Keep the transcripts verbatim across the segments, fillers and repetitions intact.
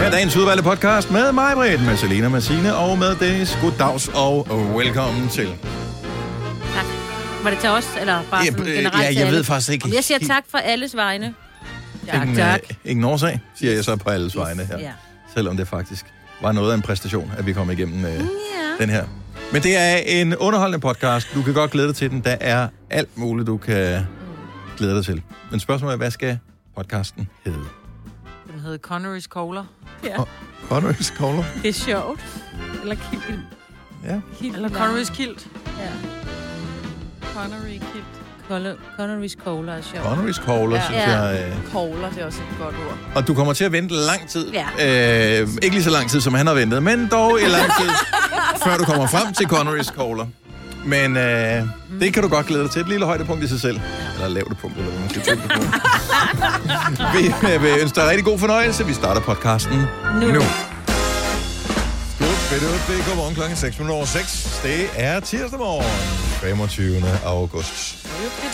Her er dagens udvalgte podcast med mig, Britt, med Selina, med Signe og med Dennis. Goddags og velkommen til. Tak. Var det til os, eller bare sådan ja, generelt ja, til jeg alle? ved faktisk ikke. Om jeg siger tak for alles vegne. Tak, ingen, tak. Øh, ingen årsag, siger jeg så på alles vegne her. Ja. Selvom det faktisk var noget af en præstation, at vi kom igennem øh, Ja. den her. Men det er en underholdende podcast. Du kan godt glæde dig til den. Der er alt muligt, du kan glæde dig til. Men spørgsmålet er, hvad skal podcasten hedde? Den hedder Connery's Cola. Ja. Oh, Connery's Cola. Det er sjovt. Eller kilt. Ja. Eller Connery's Kilt. Ja. Connery Kilt. Connery's Cola er sjovt. Connery's Cola, ja. synes Ja. jeg. Øh... Cola, det er også et godt ord. Og du kommer til at vente lang tid. Ja. Øh, ikke lige så lang tid, som han har ventet, men dog i lang tid, før du kommer frem til Connery's Cola. Men øh, mm. det kan du godt glæde dig til. Et lille højdepunkt i sig selv. Eller lavt punkt, eller hvad man skal tænke på. Vi øh, vil ønske dig rigtig god fornøjelse. Vi starter podcasten nu. nu. Godmorgen klokken seks minutter over seks. Det er tirsdag morgen, femogtyvende august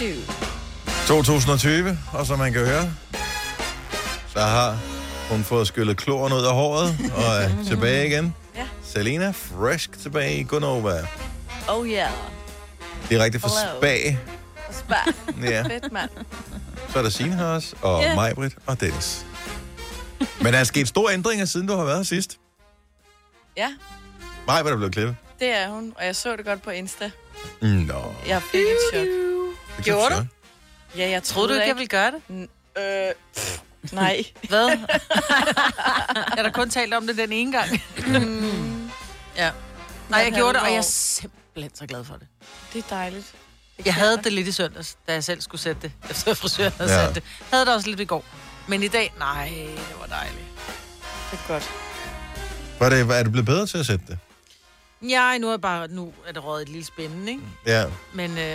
to tusind og tyve. Og som man kan høre, så har hun fået skyllet kloren ud af håret og er tilbage igen. Ja. Selina, frisk tilbage i Gunova. Oh yeah. Direkte fra Hello. Spa. Spa. Ja. Fedt, mand. Så er der Signe her også, og Ja. Majbrit og Dennis. Men der er sket store ændringer, siden du har været her sidst. Ja, Majbrit er blevet klippet. det er hun, og jeg så det godt på Insta. Nå. Jeg fik et chok. Det Gjorde du? Ja, jeg Troede troede du ikke, jeg ville gøre det? N- øh, pff, nej. Hvad? Jeg har da kun talt om det den ene gang. Mm, Ja. Nej, jeg Men gjorde det, og han jeg er var- simpelthen så glad for det. det er dejligt. Det Jeg kan havde det lidt i søndags, da jeg selv skulle sætte det. Efter frisøren havde Ja. sat det. Havde det også lidt i går. Men i dag, nej, det var dejligt. Det er godt. Var det, er du blevet bedre til at sætte det? Ja, nu er, bare, nu er det røget et lille spændende, ikke? Ja. Men, øh, ja.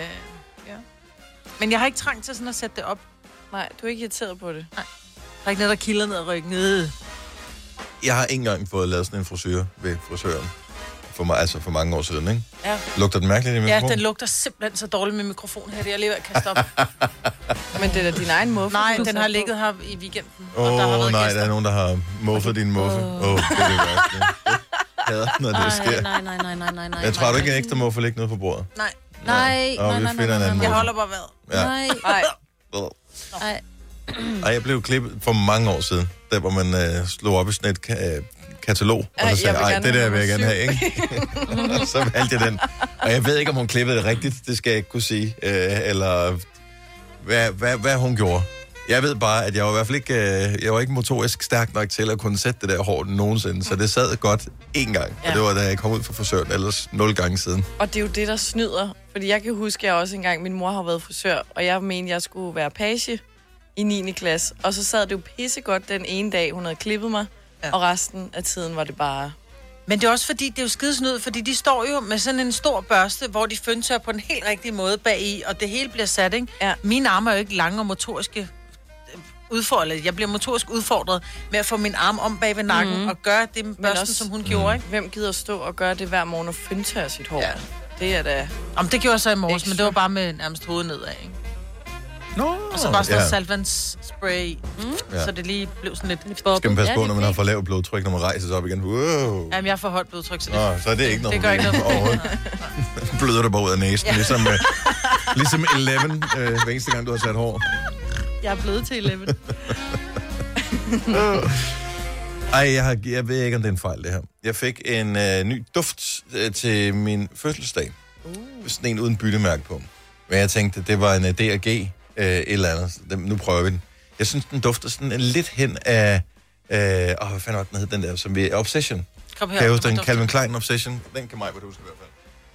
Men jeg har ikke trang til sådan at sætte det op. Nej, du er ikke irriteret på det. Der er ikke noget, der kilder ned og ryggen ned. Jeg har ikke engang fået lavet sådan en frisyr ved frisøren. For, mig, altså for mange år siden, ikke? Ja. Lugter den mærkeligt i Ja, mikrofonen? den lugter simpelthen så dårligt med mikrofon her. Det er jeg lige ved at kaste op. Men det er da din egen muffe. Nej, du den har har sat ligget her i weekenden. Åh, og der har oh, været nej, gæster. der er nogen, der har muffet din muffe. Åh, oh. oh, det er det værste. Jeg hader, når det sker. Nej, nej, nej, nej, nej, nej. Jeg tror du ikke, en ekstra muffe ligger nede på bordet? Nej, Nej, Og nej, vi nej, finder nej, en nej, anden nej. jeg muffe. holder bare vejret. Ja. Nej, Nej. nej. Ej, jeg blev klippet for mange år siden, der hvor man øh, slog op i sådan et ka- øh, katalog, Ja, og så sagde jeg vil ej, gerne det der have vil jeg gerne nummer have, ikke? Så valgte jeg den. Og jeg ved ikke, om hun klippede det rigtigt, det skal jeg ikke kunne sige, øh, eller hvad, hvad, hvad hun gjorde. Jeg ved bare, at jeg var i hvert fald ikke, øh, jeg var ikke motorisk stærk nok til at kunne sætte det der hår nogensinde, så det sad godt én gang, ja. Ja. Og det var, da jeg kom ud fra frisøren, ellers nul gange siden. Og det er jo det, der snyder. Fordi jeg kan huske, at jeg også engang, min mor har været frisør, og jeg mente, jeg skulle være page i niende klasse. Og så sad det jo pissegodt den ene dag, hun havde klippet mig, Ja. ja. Og resten af tiden var det bare... Men det er også fordi, det er jo skidesnyd, fordi de står jo med sådan en stor børste, hvor de føntør på den helt rigtige måde bagi, og det hele bliver sat, ikke? Ja. Mine arme er jo ikke lange og motoriske udfordret. Jeg bliver motorisk udfordret med at få min arm om bag ved nakken mm. og gøre det med børsten, også- som hun gjorde, ikke? Hvem gider stå og gøre det hver morgen og fyndtøre sit hår? Ja. Ja. Det er da... Om det gjorde jeg så i morges, Ekstra. men det var bare med nærmest hovedet nedad, ikke? Nå, Og så bare sådan noget ja. saltvandsspray i, mm. Ja. så det lige blev sådan lidt... Skal man passe Ja, på, det når er man har fint. for lavt blodtryk, når man rejser sig op igen. Wow. Jamen, jeg har for højt blodtryk, så det... Nå, så er det ikke noget det gør ikke noget. overhovedet. Bløder du bare ud af næsen, ja. ligesom, øh, ligesom elleve, øh, hver eneste gang, du har sat hår. Jeg er blevet til elleve. Ej, jeg, har, jeg ved ikke, om det er en fejl, det her. Jeg fik en øh, ny duft øh, til min fødselsdag. Uh. Sådan en uden byttemærke på. Men jeg tænkte, det var en uh, D og G øh, et eller andet. Så dem, nu prøver vi den. Jeg synes, den dufter sådan en lidt hen af... Øh, åh, hvad fanden var den hed, den der, som vi... Obsession. Kom her. Kan jeg huske den? dufter. Calvin Klein Obsession. Den kan mig godt huske i hvert fald.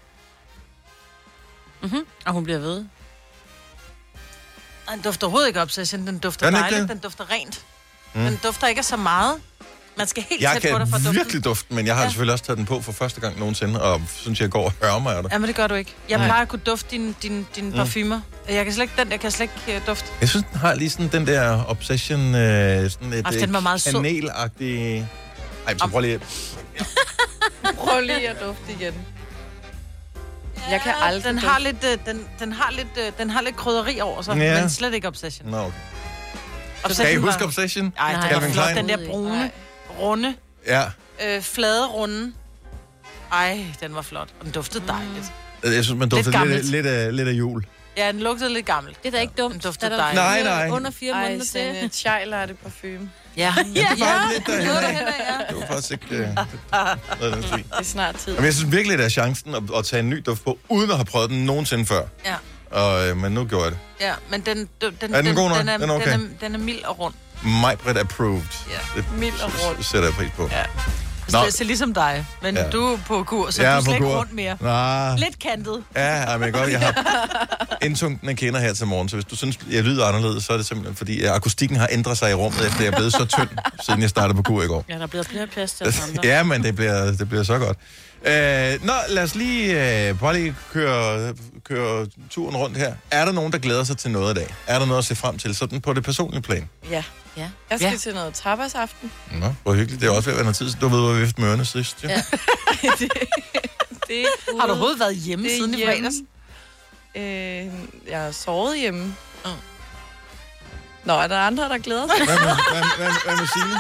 Mm-hmm. Og hun bliver ved. Nej, den dufter overhovedet ikke Obsession. Den dufter Gør den ikke dejligt. det? Den dufter rent. Mm. Den dufter ikke af så meget. Man skal helt Jeg tæt på dig for kan duften. virkelig dufte, men jeg har ja. Ja. selvfølgelig også taget den på for første gang nogensinde, og synes, jeg går og hører mig af det. Ja, men det gør du ikke. Jeg Nej. plejer at kunne dufte dine din, din Mm. parfumer. Jeg kan slet ikke, den der kan slet ikke uh, dufte. Jeg synes, den har lige sådan den der Obsession, øh, sådan et Ej, øh, den var meget sød. kanelagtig... Ej, så prøv lige... Prøv lige at dufte igen. Jeg kan aldrig Den dufte. har lidt, uh, den, den har lidt, uh, den har lidt krydderi over sig, Ja. men slet ikke Obsession. Nå, okay. Obsession Kan I var- huske Obsession? Ej, det var Calvin flot. Klein? Den der brune, Nej. runde. Ja. Øh, flade runde. Ej, den var flot. Og den duftede dejligt. Jeg synes, man dufter lidt, gammelt. lidt, lidt, af, lidt af jul. Ja, den lugtede lidt gammelt. Det er da ikke dumt. Den duftede Der er dejligt. Nej, nej. Under fire Ej, måneder til. sådan et chai-latte parfume. Ja. Ja, det var lidt Noget derhen derhen af. af, ja. Det var faktisk ikke... Øh, noget af den stil. Det er snart tid. Men jeg synes virkelig, det er chancen at, at tage en ny duft på, uden at have prøvet den nogensinde før. Ja. Og, øh, men nu gjorde jeg det. Ja, men den, den, den, Er den god nok? den, er, Den er okay. den, er, den er mild og rund. Majbrit approved. Ja. Det Mild og rund. s- sætter jeg pris på. Ja. Nå. Så det ser ligesom dig, men Ja. ja. du er på kur, så Jeg du er er slet på ikke kur. rundt mere. Nej. Lidt kantet. Ja, men jeg godt, jeg har indtungt kender her til morgen, så hvis du synes, jeg lyder anderledes, så er det simpelthen, fordi øh, akustikken har ændret sig i rummet, efter jeg er blevet så tynd, siden jeg startede på kur i går. Ja, der bliver flere plads til os andre. Ja, men det bliver, det bliver så godt. Øh, nå, lad os lige, øh, bare lige køre, køre turen rundt her. Er der nogen, der glæder sig til noget i dag? Er der noget at se frem til, sådan på det personlige plan? Ja. Ja. Jeg skal Ja. til noget tapasaften. Nå, hvor hyggeligt. Det er også ved at være noget tid, så du ved, hvor vi har mørende sidst. Jo. Ja. det, det er Har du overhovedet været hjemme det er siden i hjemme. fredags? Øh, jeg har sovet hjemme. Oh. Nå, er der andre, der glæder sig? Hvad med, hvad, hvad, hvad med Signe?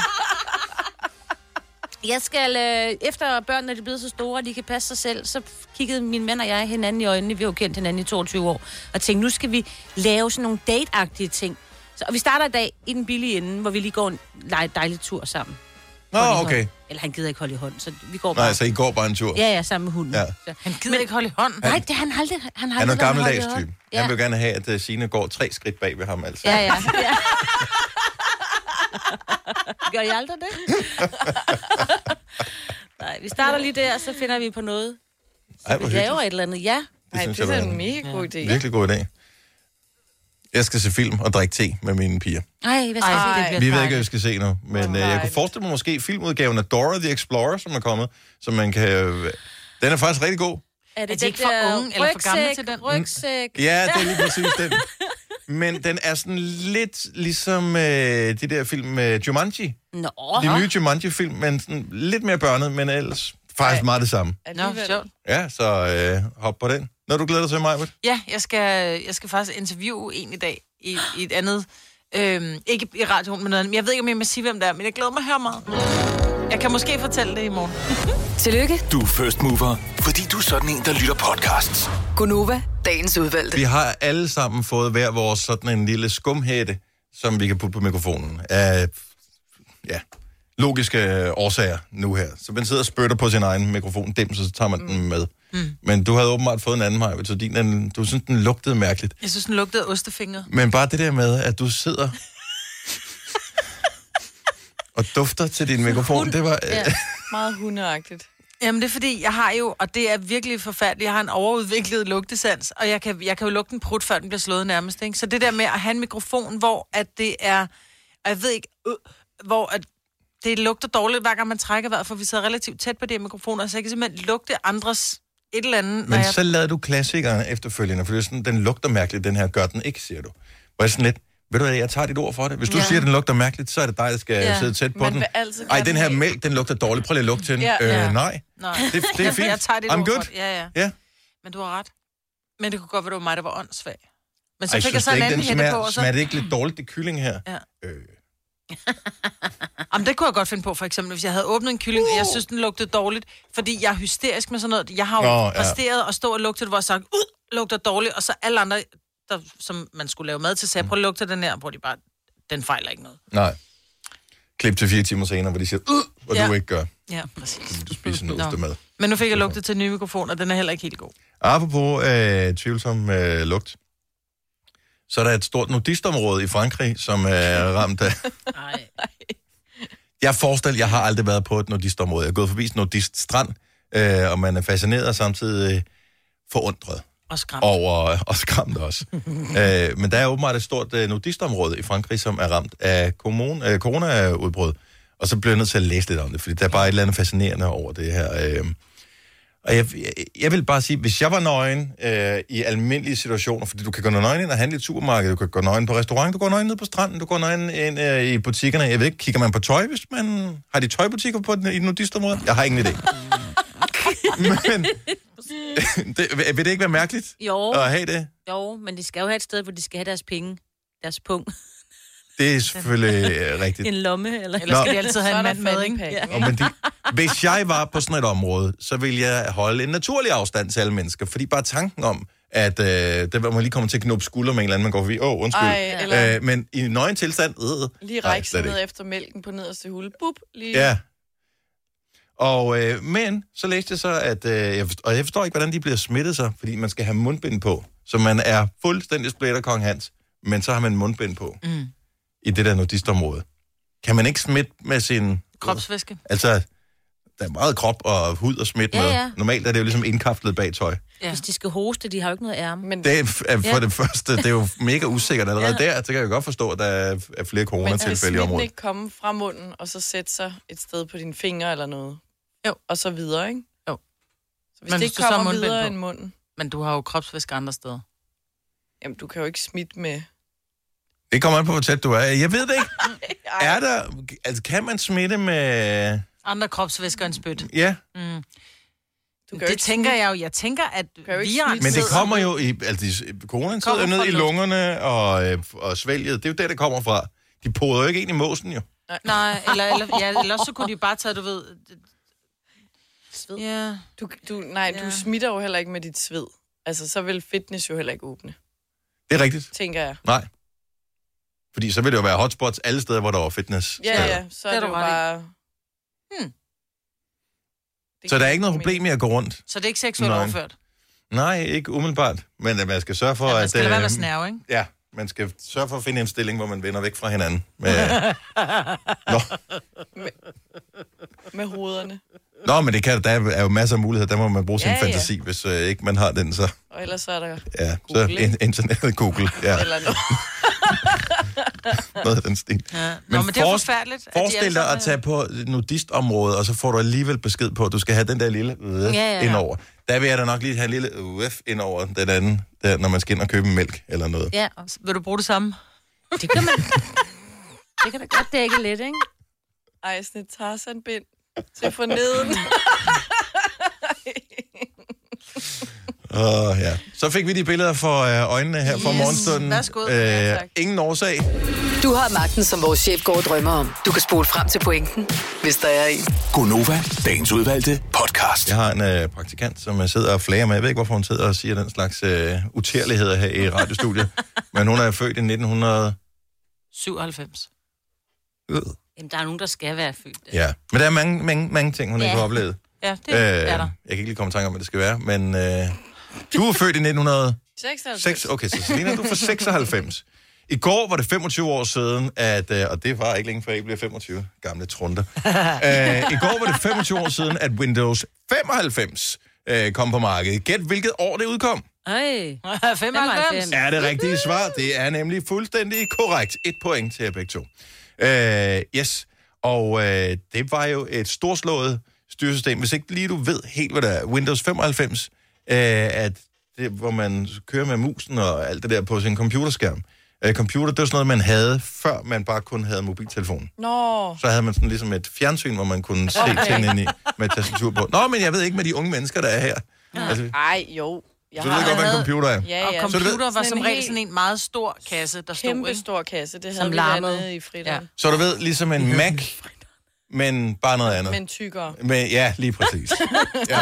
Jeg skal, øh, efter børnene er blevet så store, at de kan passe sig selv, så kiggede min mand og jeg hinanden i øjnene, vi har jo kendt hinanden i toogtyve år, og tænkte, nu skal vi lave sådan nogle date-agtige ting. Så, og vi starter i dag i den billige ende, hvor vi lige går en lej- dejlig tur sammen. Nå, Hold i hånd. okay. Eller han gider ikke holde i hånd, så vi går bare... Nej, så I går bare en tur. Ja, ja, sammen med hunden. Ja. Så. Han gider Men, ikke holde i hånden. Nej, det han har aldrig... Han, har Han er aldrig en været gammeldags holdt i hånd. type. Ja. Han vil gerne have, at uh, Signe går tre skridt bag ved ham, altså. Ja, ja. ja. Gør I aldrig det? Nej, vi starter lige der, så finder vi på noget. Ej, hvor Vi laver hyggeligt. et eller andet, ja. Nej, synes det jeg er var en en mega god idé. Virkelig god idé. Jeg skal se film og drikke te med mine piger. Ej, hvad skal Ej, vi? det bliver Vi ved ikke, dejligt. hvad vi skal se nu, men øh, jeg kunne forestille mig måske filmudgaven af Dora the Explorer, som er kommet, som man kan... Øh, den er faktisk rigtig god. Er Er de den ikke for der unge eller for gamle rygsæk, til den? Rygsæk. Ja, det er lige præcis den. Men den er sådan lidt ligesom øh, de der film med Jumanji. Nå, De nye Jumanji-film, men sådan lidt mere børnet, men ellers faktisk Ej. meget det samme. Nå, Alligevel. sjovt. Ja, så øh, hop på den. Når du glæder dig til, Majbert? Ja, jeg skal, jeg skal faktisk interviewe en i dag i, i et andet... Øhm, ikke i radioen, men noget andet. Jeg ved ikke, om jeg må sige, hvem det er, men jeg glæder mig her meget. Jeg kan måske fortælle det i morgen. Tillykke, Du er first mover, fordi du er sådan en, der lytter podcasts. Gunova, dagens udvalgte. Vi har alle sammen fået hver vores sådan en lille skumhætte, som vi kan putte på mikrofonen. Af, ja, logiske årsager nu her. Så man sidder og spytter på sin egen mikrofon, dem, så tager man mm. den med. Mm. Men du havde åbenbart fået en anden, Maja, så din, den, du synes, den lugtede mærkeligt. Jeg synes, den lugtede af ostefingre. Men bare det der med, at du sidder og dufter til din mikrofon, det var... Ja. Meget hundeagtigt. Jamen, det er fordi, jeg har jo, og det er virkelig forfærdeligt, jeg har en overudviklet lugtesans, og jeg kan, jeg kan jo lugte en prut, før den bliver slået nærmest, ikke? Så det der med at have en mikrofon, hvor at det er, og jeg ved ikke, øh, hvor at det lugter dårligt, hver gang man trækker vejret, for vi sidder relativt tæt på de her mikrofoner, så jeg kan simpelthen lugte andres et eller andet, når Men jeg... så lavede du klassikeren efterfølgende, for det er sådan, den lugter mærkeligt, den her gør den ikke, siger du. Hvor jeg sådan lidt, ved du hvad, jeg tager dit ord for det. Hvis du ja. Ja. siger, at den lugter mærkeligt, så er det dig, der skal ja. Ja. sidde tæt på Man den. vil altid Ej, gerne den her have- mælk, den lugter dårligt. Prøv lige at lugte til den. Ja. Øh, Ja. nej, Nej. det, det er fint. Jeg tager dit I'm ord good. for det. Ja, ja. Ja. Men du har ret. Men det kunne godt være, det var mig, der var åndssvag. Men så Ej, fik jeg synes så da en ikke, anden den hætte smager, på, og så... smager det ikke lidt dårligt, det kylling her? Ja. Øh. Jamen, det kunne jeg godt finde på, for eksempel, hvis jeg havde åbnet en kylling, uh. og jeg synes, den lugtede dårligt, fordi jeg er hysterisk med sådan noget. Jeg har jo Nå, Nå, ja. præsteret at stå og lugte det, hvor jeg sagt, ud, lugter dårligt, og så alle andre, der, som man skulle lave mad til, sagde, prøv at lugte den her, hvor de bare, den fejler ikke noget. Nej. Klip til fire timer senere, hvor de siger, uh, og Ja. du ikke gør. Ja, præcis. Du spiser Nå. noget mad. Men nu fik jeg lugtet til en ny mikrofon, og den er heller ikke helt god. Apropos øh, tvivlsom øh, lugt, så er der et stort nudistområde i Frankrig, som er ramt af... Nej. Jeg forestiller, jeg har aldrig været på et nudistområde. Jeg er gået forbi et nudiststrand, øh, og man er fascineret og samtidig øh, forundret Og skræmt. over, og skræmt også. øh, men der er åbenbart et stort øh, nudistområde i Frankrig, som er ramt af kommune, øh, corona-udbrud. Og så bliver jeg nødt til at læse lidt om det, fordi der er bare et eller andet fascinerende over det her. Øh. Og jeg, jeg, jeg vil bare sige, hvis jeg var nøgen øh, i almindelige situationer, fordi du kan gå nøgen ind og handle i et supermarked, du kan gå nøgen på restaurant, du går nøgen ned på stranden, du går nøgen ind øh, i butikkerne. Jeg ved ikke, kigger man på tøj, hvis man har de tøjbutikker på den, i den nudistområde? Jeg har ingen idé. Men det, vil det ikke være mærkeligt Jo, at have det? jo, men de skal jo have et sted, hvor de skal have deres penge. Deres pung. Det er selvfølgelig øh, rigtigt. En lomme, eller... Ellers skal Nå. de altid Så have er en der mand med, ikke? fandepakning, Og men de, hvis jeg var på sådan et område, så ville jeg holde en naturlig afstand til alle mennesker. Fordi bare tanken om, at øh, det var man lige kommer til at knuppe skulder med en eller anden, man går forbi. Åh, oh, undskyld. Ej, eller Øh, men i nøgen tilstand... Øh, lige nej, række sig slet ned ikke. efter mælken på nederste hule. Bup, lige. Ja. Og, øh, men så læste jeg så, at... Øh, jeg forstår, og jeg forstår ikke, hvordan de bliver smittet så, fordi man skal have mundbind på. Så man er fuldstændig splitter Kong Hans, men så har man mundbind på Mm. i det der nudistområde. Kan man ikke smitte med sin... Kropsvæske. Altså, der er meget krop og hud og smitte Ja, med. ja. Normalt er det jo ligesom indkapslet bag tøj. Ja. Hvis de skal hoste, de har jo ikke noget ærme. Men, Det er, f- er for Ja. det første, det er jo mega usikkert allerede Ja. der. Så kan jeg jo godt forstå, at der er er flere men skal coronatilfælde i smitten området. ikke komme fra munden, og så sætte sig et sted på dine fingre eller noget? Jo. Og så videre, ikke? Jo. Så hvis Men det hvis ikke du så har kommer mundbind videre på. end munden, Men du har jo kropsvæske andre steder. jamen du kan jo ikke smitte med... Det kommer an på, hvor tæt du er. Jeg ved det ikke. Er der... Altså, kan man smitte med... Andre kropsvæsker end spyt. Ja, Mm. Du kan jo Det ikke tænker jeg jo. Jeg tænker, at kan jo ikke viren smitte men det sidder- kommer jo i... Altså, coronaen sidder Kommer jo ned fra i luft. lungerne og, øh, og svælget. Det er jo der, det kommer fra. De poder jo ikke ind i måsen, jo. Nej, eller, eller, ja, eller også så kunne de bare tage, du ved... Sved. Ja. Du, du, nej, Ja. du smitter jo heller ikke med dit sved. Altså, så vil fitness jo heller ikke åbne, Det er rigtigt. tænker jeg. Nej. Fordi så vil det jo være hotspots alle steder, hvor der var fitness. Ja, ja, så er Det er det, du jo ret i. bare... Hmm. Så der er ikke noget problem med at gå rundt? Så det er ikke seksuelt Nej. overført. Nej, ikke umiddelbart. Men at man skal sørge for, Ja, man at... skal lade være med øh, at snærve, ikke? Ja, man skal sørge for at finde en stilling, hvor man vender væk fra hinanden. Med... Nå. Med hovederne. Nå, men det kan, der er jo masser af muligheder. Der må man bruge sin Ja, ja. fantasi, hvis øh, ikke man har den, så... Og ellers så er der Ja, Google, så ikke? in- internettet Google. Ja, eller noget. noget af den stil. Ja. Nå, Men men, det er jo forest- forfærdeligt. at de Forestil alle dig sammen at tage på et nudistområde, og så får du alligevel besked på, at du skal have den der lille øh, Ja, ja, ja. indover. Der vil jeg da nok lige have en lille øh, indover den anden, der, når man skal ind og købe mælk eller noget. Ja, er- Vil du bruge det samme? det kan man... Det kan da godt dække lidt, ikke? Ej, sådan et Tarzan-bind til forneden. Åh, ja. Så fik vi de billeder for øh, øjnene her for Yes. morgenstunden. Værsgo. Ja, Øh, tak. ingen årsag. Du har magten, som vores chef går og drømmer om. Du kan spole frem til pointen, hvis der er en. Gonova, dagens udvalgte podcast. Jeg har en øh, praktikant, som jeg sidder og flager med. Jeg ved ikke, hvorfor hun sidder og siger den slags øh, utærligheder her i radiostudiet. Men hun er født i nitten hundrede... syvoghalvfems. Øh. Jamen, der er nogen, der skal være født. Ja, men der er mange, mange, mange ting, hun Ja. ikke har oplevet. Ja, det øh, er der. Jeg kan ikke lige komme i tanke om, hvad det skal være, men øh, du er født i nitten hundrede seksoghalvfems. seks. Okay, så Selina, du er fra seksoghalvfems. I går var det femogtyve år siden, at, øh, og det var ikke længe før I blev femogtyve, gamle trunter. øh, I går var det femogtyve år siden, at Windows femoghalvfems øh, kom på markedet. Gæt, hvilket år det udkom. Ej. femoghalvfems. Er det rigtige svar? Det er nemlig fuldstændig korrekt. Et point til jer begge to. Øh, yes, og øh, det var jo et storslået styresystem. Hvis ikke lige du ved helt, hvad det er. Windows femoghalvfems, øh, at det, hvor man kører med musen og alt det der på sin computerskærm. Øh, computer, det var sådan noget, man havde, før man bare kun havde mobiltelefon. Nå, Så havde man sådan ligesom et fjernsyn, hvor man kunne se Okay. ting ind i med et tastatur på. Nå, men jeg ved ikke med de unge mennesker, der er her. Altså, ej, jo. Jeg så du ved godt, hvad en havde- computer er. Ja, Og ja. Så du ved- computer var Sådan som en regel helt sådan en meget stor kasse, der stod, Kæmpe ikke? stor kasse. Det Som havde vi larmede. dernede i fritteren. Så du ved, ligesom en Mac, men bare noget andet. Men tykkere. Men, ja, lige præcis. Ja.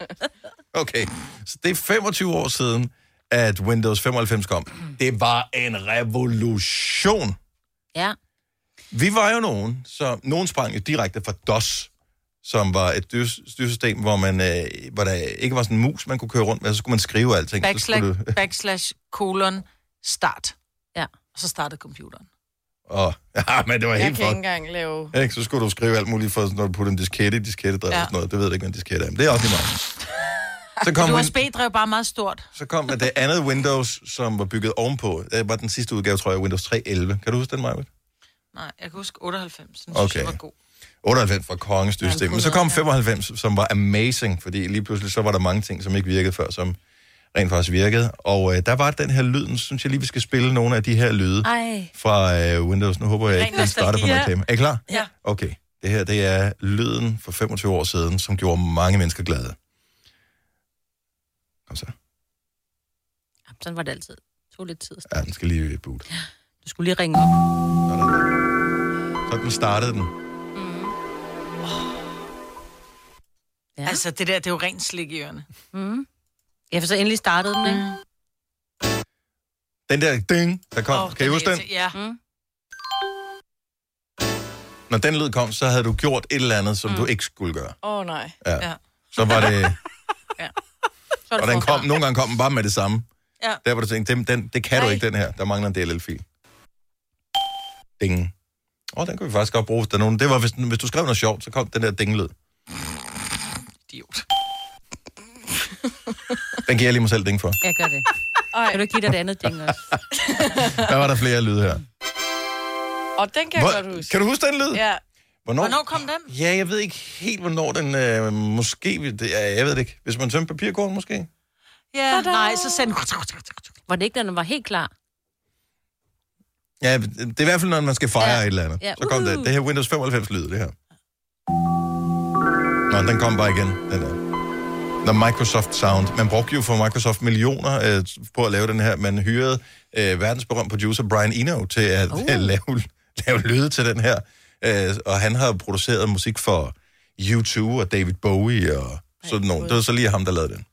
Okay, så det er femogtyve år siden, at Windows femoghalvfems kom. Det var en revolution. Ja. Vi var jo nogen, så nogen sprang jo direkte fra DOS, som var et styr- styresystem, hvor, man, øh, hvor der ikke var sådan en mus, man kunne køre rundt med, så skulle man skrive alting. Så Backslash, skulle du, backslash, kolon, start. Ja. Og så startede computeren. og, ja, men det var Jeg helt kan ikke fuck. engang lave... Ikke? Så skulle du skrive alt muligt, for, når du putter en diskette i diskettedrev Ja. og sådan noget. Det ved jeg ikke, hvad en diskette er, men det er også lige meget. Så kom, Du har Win- spæddrev bare meget stort. så kom det andet Windows, som var bygget ovenpå. Det var den sidste udgave, tror jeg, Windows tre punkt elleve. Kan du huske den, Maja? Nej, jeg kan huske otteoghalvfems. Den Okay. synes jeg var god. otteoghalvfems fra kongens styresystem. Men så kom femoghalvfems, som var amazing, fordi lige pludselig så var der mange ting, som ikke virkede før, som rent faktisk virkede. Og øh, der var den her lyd, synes jeg lige, vi skal spille nogle af de her lyde Ej. fra øh, Windows. Nu håber jeg ikke, Ren den starter på nostalgi, noget reklame. Er I klar? Ja. Okay. Det her, det er lyden for femogtyve år siden, som gjorde mange mennesker glade. Kom så. Sådan var det altid. Det tog lidt tid. Ja, den skal lige boot. Du skulle lige ringe op. Sådan startede den. Mm. Ja. Altså, det der, det er jo rent slik i ørerne. Mm. Ja, for så endelig startede den, ikke? Den der ding, der kom. Oh, kan I huske den? Ja. Mm. Når den lyd kom, så havde du gjort et eller andet, som mm. du ikke skulle gøre. Åh, oh, nej. Ja. ja. Så var det... ja. Så og den kom, nogle gange kom den bare med det samme. Ja. Der var du tænkte, den, den, det kan Nej. du ikke, den her. Der mangler en D L L-fil. Ding. Åh, oh, den kan vi faktisk godt bruge, hvis der er nogen. Det var, hvis, hvis du skrev noget sjovt, så kom den der ding-lyd. Idiot. Den giver jeg lige mig selv ding for. Jeg gør det. Ej. Kan du ikke give dig det andet ding også? Der var der flere lyde her. Og den kan Hvor, jeg godt huske. Kan du huske den lyd? Ja. Hvornår, hvornår kom den? Ja, jeg ved ikke helt, hvornår den... Øh, måske... Det, jeg ved det ikke. Hvis man tømte papirkorn, måske? Ja, da-da. Nej, så send... Var det ikke, da den var helt klar? Ja, det er i hvert fald, når man skal fejre ja. et eller andet. Ja. Så kom det. Det her Windows femoghalvfems-lyd, det her. Nå, den kom bare igen, den der. The Microsoft Sound. Man brugte jo for Microsoft millioner øh, på at lave den her. Man hyrede øh, verdensberømt producer Brian Eno til at uh. lave, lave lyde til den her. Øh, og han har produceret musik for U to og David Bowie og sådan noget. Det var så lige ham, der lavede den.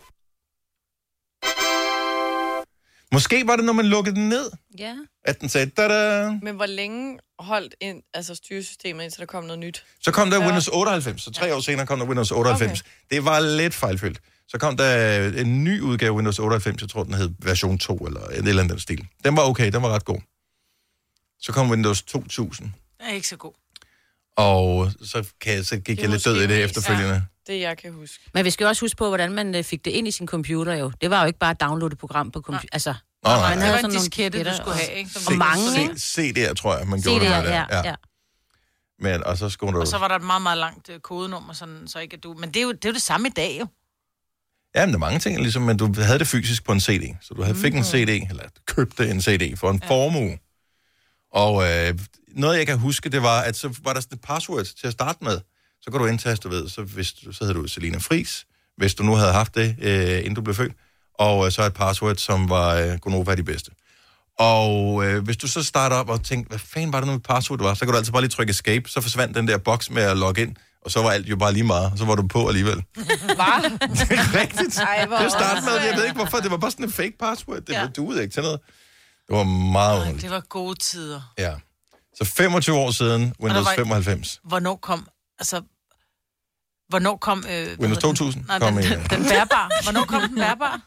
Måske var det, når man lukkede den ned, ja. at den sagde, da-da. Men hvor længe holdt ind, altså styresystemet, indtil der kom noget nyt? Så kom der ja. Windows otteoghalvfems, så tre år senere kom der Windows otteoghalvfems. Okay. Det var lidt fejlfyldt. Så kom der en ny udgave af Windows otteoghalvfems, jeg tror, den hed version to, eller en eller anden stil. Den var okay, den var ret god. Så kom Windows to tusind. Det er ikke så god. Og så, kan, så gik jeg lidt død i det efterfølgende. Ja. Det jeg kan huske. Men vi skal også huske på, hvordan man fik det ind i sin computer jo. Det var jo ikke bare at downloade et program på computer. Altså, Nå, nej, man nej. havde det var sådan en diskette, du skulle og, have, ikke? Og mange, ikke? C D'er, tror jeg, man gjorde C D'er, det. Ja, ja. ja. Men, og så skulle du... Og så var der et meget, meget langt uh, kodenummer, sådan, så ikke du... Men det er, jo, det er jo det samme i dag, jo. Ja, men der er mange ting, ligesom, men du havde det fysisk på en C D. Så du havde, fik en C D, eller købte en C D for en ja. formue. Og øh, noget, jeg kan huske, det var, at så var der sådan et password til at starte med. Så kan du indtaste, du ved, så, hvis, så hedder du Selina Friis, hvis du nu havde haft det, øh, inden du blev født. Og øh, så et password, som var, øh, kunne nok være de bedste. Og øh, hvis du så starter op og tænkte, hvad fanden var det nu med password, var, så kan du altid bare lige trykke escape, så forsvandt den der boks med at logge ind, og så var alt jo bare lige meget, og så var du på alligevel. Hvad? Det er rigtigt. Ej, det startede med, jeg ved ikke hvorfor, det var bare sådan en fake password, det ja. duede ikke til noget. Det var meget underligt. Det var gode tider. Ja. Så femogtyve år siden, Windows var, femoghalvfems. Hvornår kom, altså, hvornår kom... Øh, Windows to tusind Nej, kom den, i... den, den bærbare. Hvornår kom den bærbare?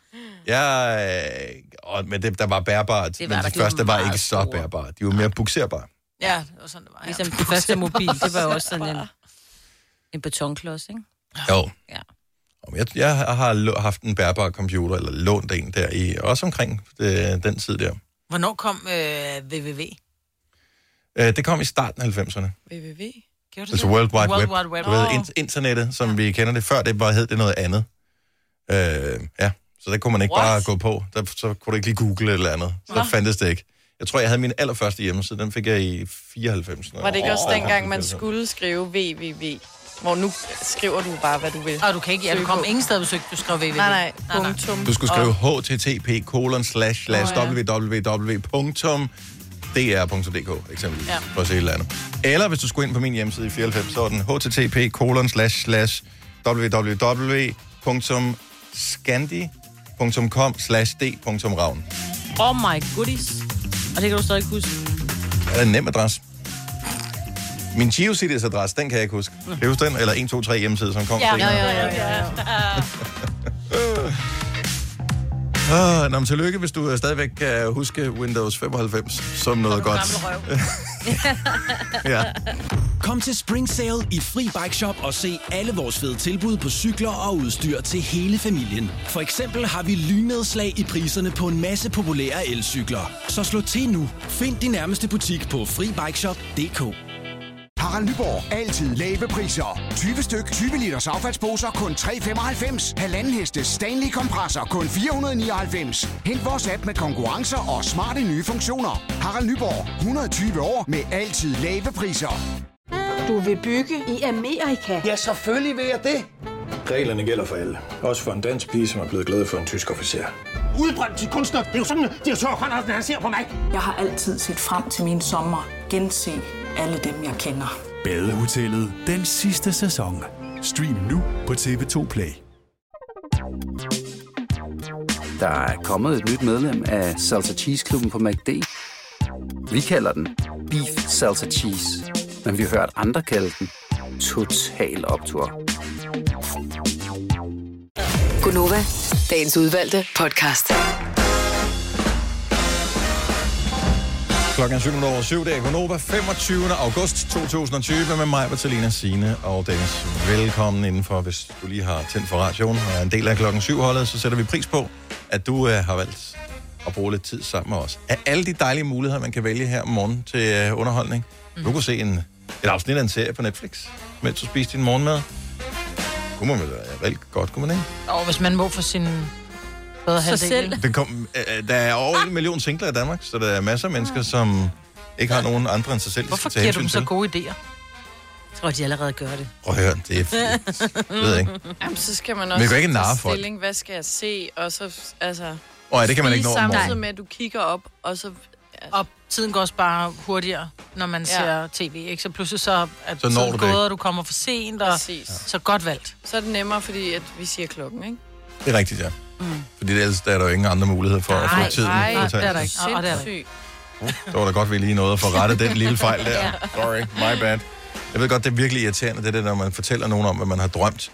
Ja, øh, men det, der var bærbart, men de første var ikke så bærbare. De var mere bukserbare. Ja, det var sådan, det var. Ja. Ligesom den første mobil, det var jo også sådan en, en betonklods, ikke? Jo. Ja. Jeg, jeg har haft en bærbar computer, eller lånt en der i, også omkring det, den tid der. Hvornår kom øh, W W W? Øh, det kom i starten af halvfemserne. W W W? Altså World Wide World Web. Wide Web. Du ved, in- internettet, som ja. vi kender det. Før det bare hed det noget andet. Øh, ja, så der kunne man ikke What? bare gå på. Der, så kunne du ikke lige google eller andet. Så der fandtes det ikke. Jeg tror, jeg havde min allerførste hjemmeside. Den fik jeg i fireoghalvfems. Var det ikke også dengang, man skulle skrive W W W? Hvor nu skriver du bare, hvad du vil. Og du kan ikke, ja, du kommer ingen sted besøg, du skriver W W W. Nej, nej, punktum. Du skulle skrive H T T P kolon slash slash www punktum d r punktum d k eksempelvis, ja. for at se et eller andet. Eller hvis du skulle ind på min hjemmeside i fireoghalvfems, så er den H T T P kolon slash slash www punktum scandi punktum com slash d punktum ravn. Oh my goodies. Og det kan du stadig huske. Det er en nem adresse. Min GeoCities adresse, den kan jeg ikke huske. Kan du huske den? Eller en to tre hjemmeside, som kom ja, senere? Ja, ja, ja. ja. uh, nå, men tillykke, hvis du stadigvæk kan huske Windows femoghalvfems som noget godt. ja. Kom til Spring Sale i Fri Bike Shop og se alle vores fede tilbud på cykler og udstyr til hele familien. For eksempel har vi lynedslag i priserne på en masse populære elcykler. Så slå til nu. Find din nærmeste butik på fri bike shop punktum d k. Harald Nyborg. Altid lave priser. tyve styk, tyve liters affaldsposer kun tre femoghalvfems. Halvanden heste Stanley kompresser kun fire hundrede nioghalvfems. Hent vores app med konkurrencer og smarte nye funktioner. Harald Nyborg. hundrede og tyve år med altid lave priser. Du vil bygge i Amerika? Ja, selvfølgelig vil jeg det. Reglerne gælder for alle. Også for en dansk pige, som er blevet glad for en tysk officer. udbrændt til kunstner. Det er jo sådan, at direktør Conradsen, han ser på mig. Jeg har altid set frem til min sommer. Gense alle dem, jeg kender. Badehotellet den sidste sæson. Stream nu på T V to Play. Der er kommet et nyt medlem af Salsa Cheese Klubben på McD. Vi kalder den Beef Salsa Cheese, men vi har hørt andre kalde den Total Optur. Gunova, dagens udvalgte podcast. Klokken er syv over syv, det er Gunova, femogtyvende august to tusind og tyve, med mig, Bertalina, Signe og Dennis. Velkommen indenfor, hvis du lige har tændt for radioen og er en del af klokken syv-holdet, så sætter vi pris på, at du øh, har valgt at bruge lidt tid sammen med os. Af alle de dejlige muligheder, man kan vælge her om morgenen til øh, underholdning. Mm. Du kunne se en, et afsnit af en serie på Netflix, mens du spiste din morgenmad. Kunne man vel være godt, kunne man ikke? Og hvis man må for sin bedre halvdel. Det kom, øh, der er over en million singler i Danmark, så der er masser af mennesker, som ikke har nogen andre end sig selv. Hvorfor giver du dem så gode idéer? Jeg tror, de allerede gør det. Prøv at høre, det er fedt. Jeg ved ikke. Jamen, så skal man Men også det ikke tage narre folk. stilling. Hvad skal jeg se? Og så, altså... Åh, ja, det kan man ikke nå om morgenen. Samtidig med, at du kigger op, og så... Altså. Og tiden går også bare hurtigere, når man ja. ser tv, ikke? Så pludselig så er så tiden gået, og du kommer for sent, og Præcis. så godt valgt. Så er det nemmere, fordi at vi siger klokken, ikke? Det er rigtigt, ja. Mm. Fordi ellers der er der jo ingen andre muligheder for nej, at få tiden. Nej, nej, det er der ikke. Og det er der ikke. Så var der godt, vi lige nåede at få rettet den lille fejl der. ja. Sorry, my bad. Jeg ved godt, det er virkelig irriterende, det der, når man fortæller nogen om, hvad man har drømt.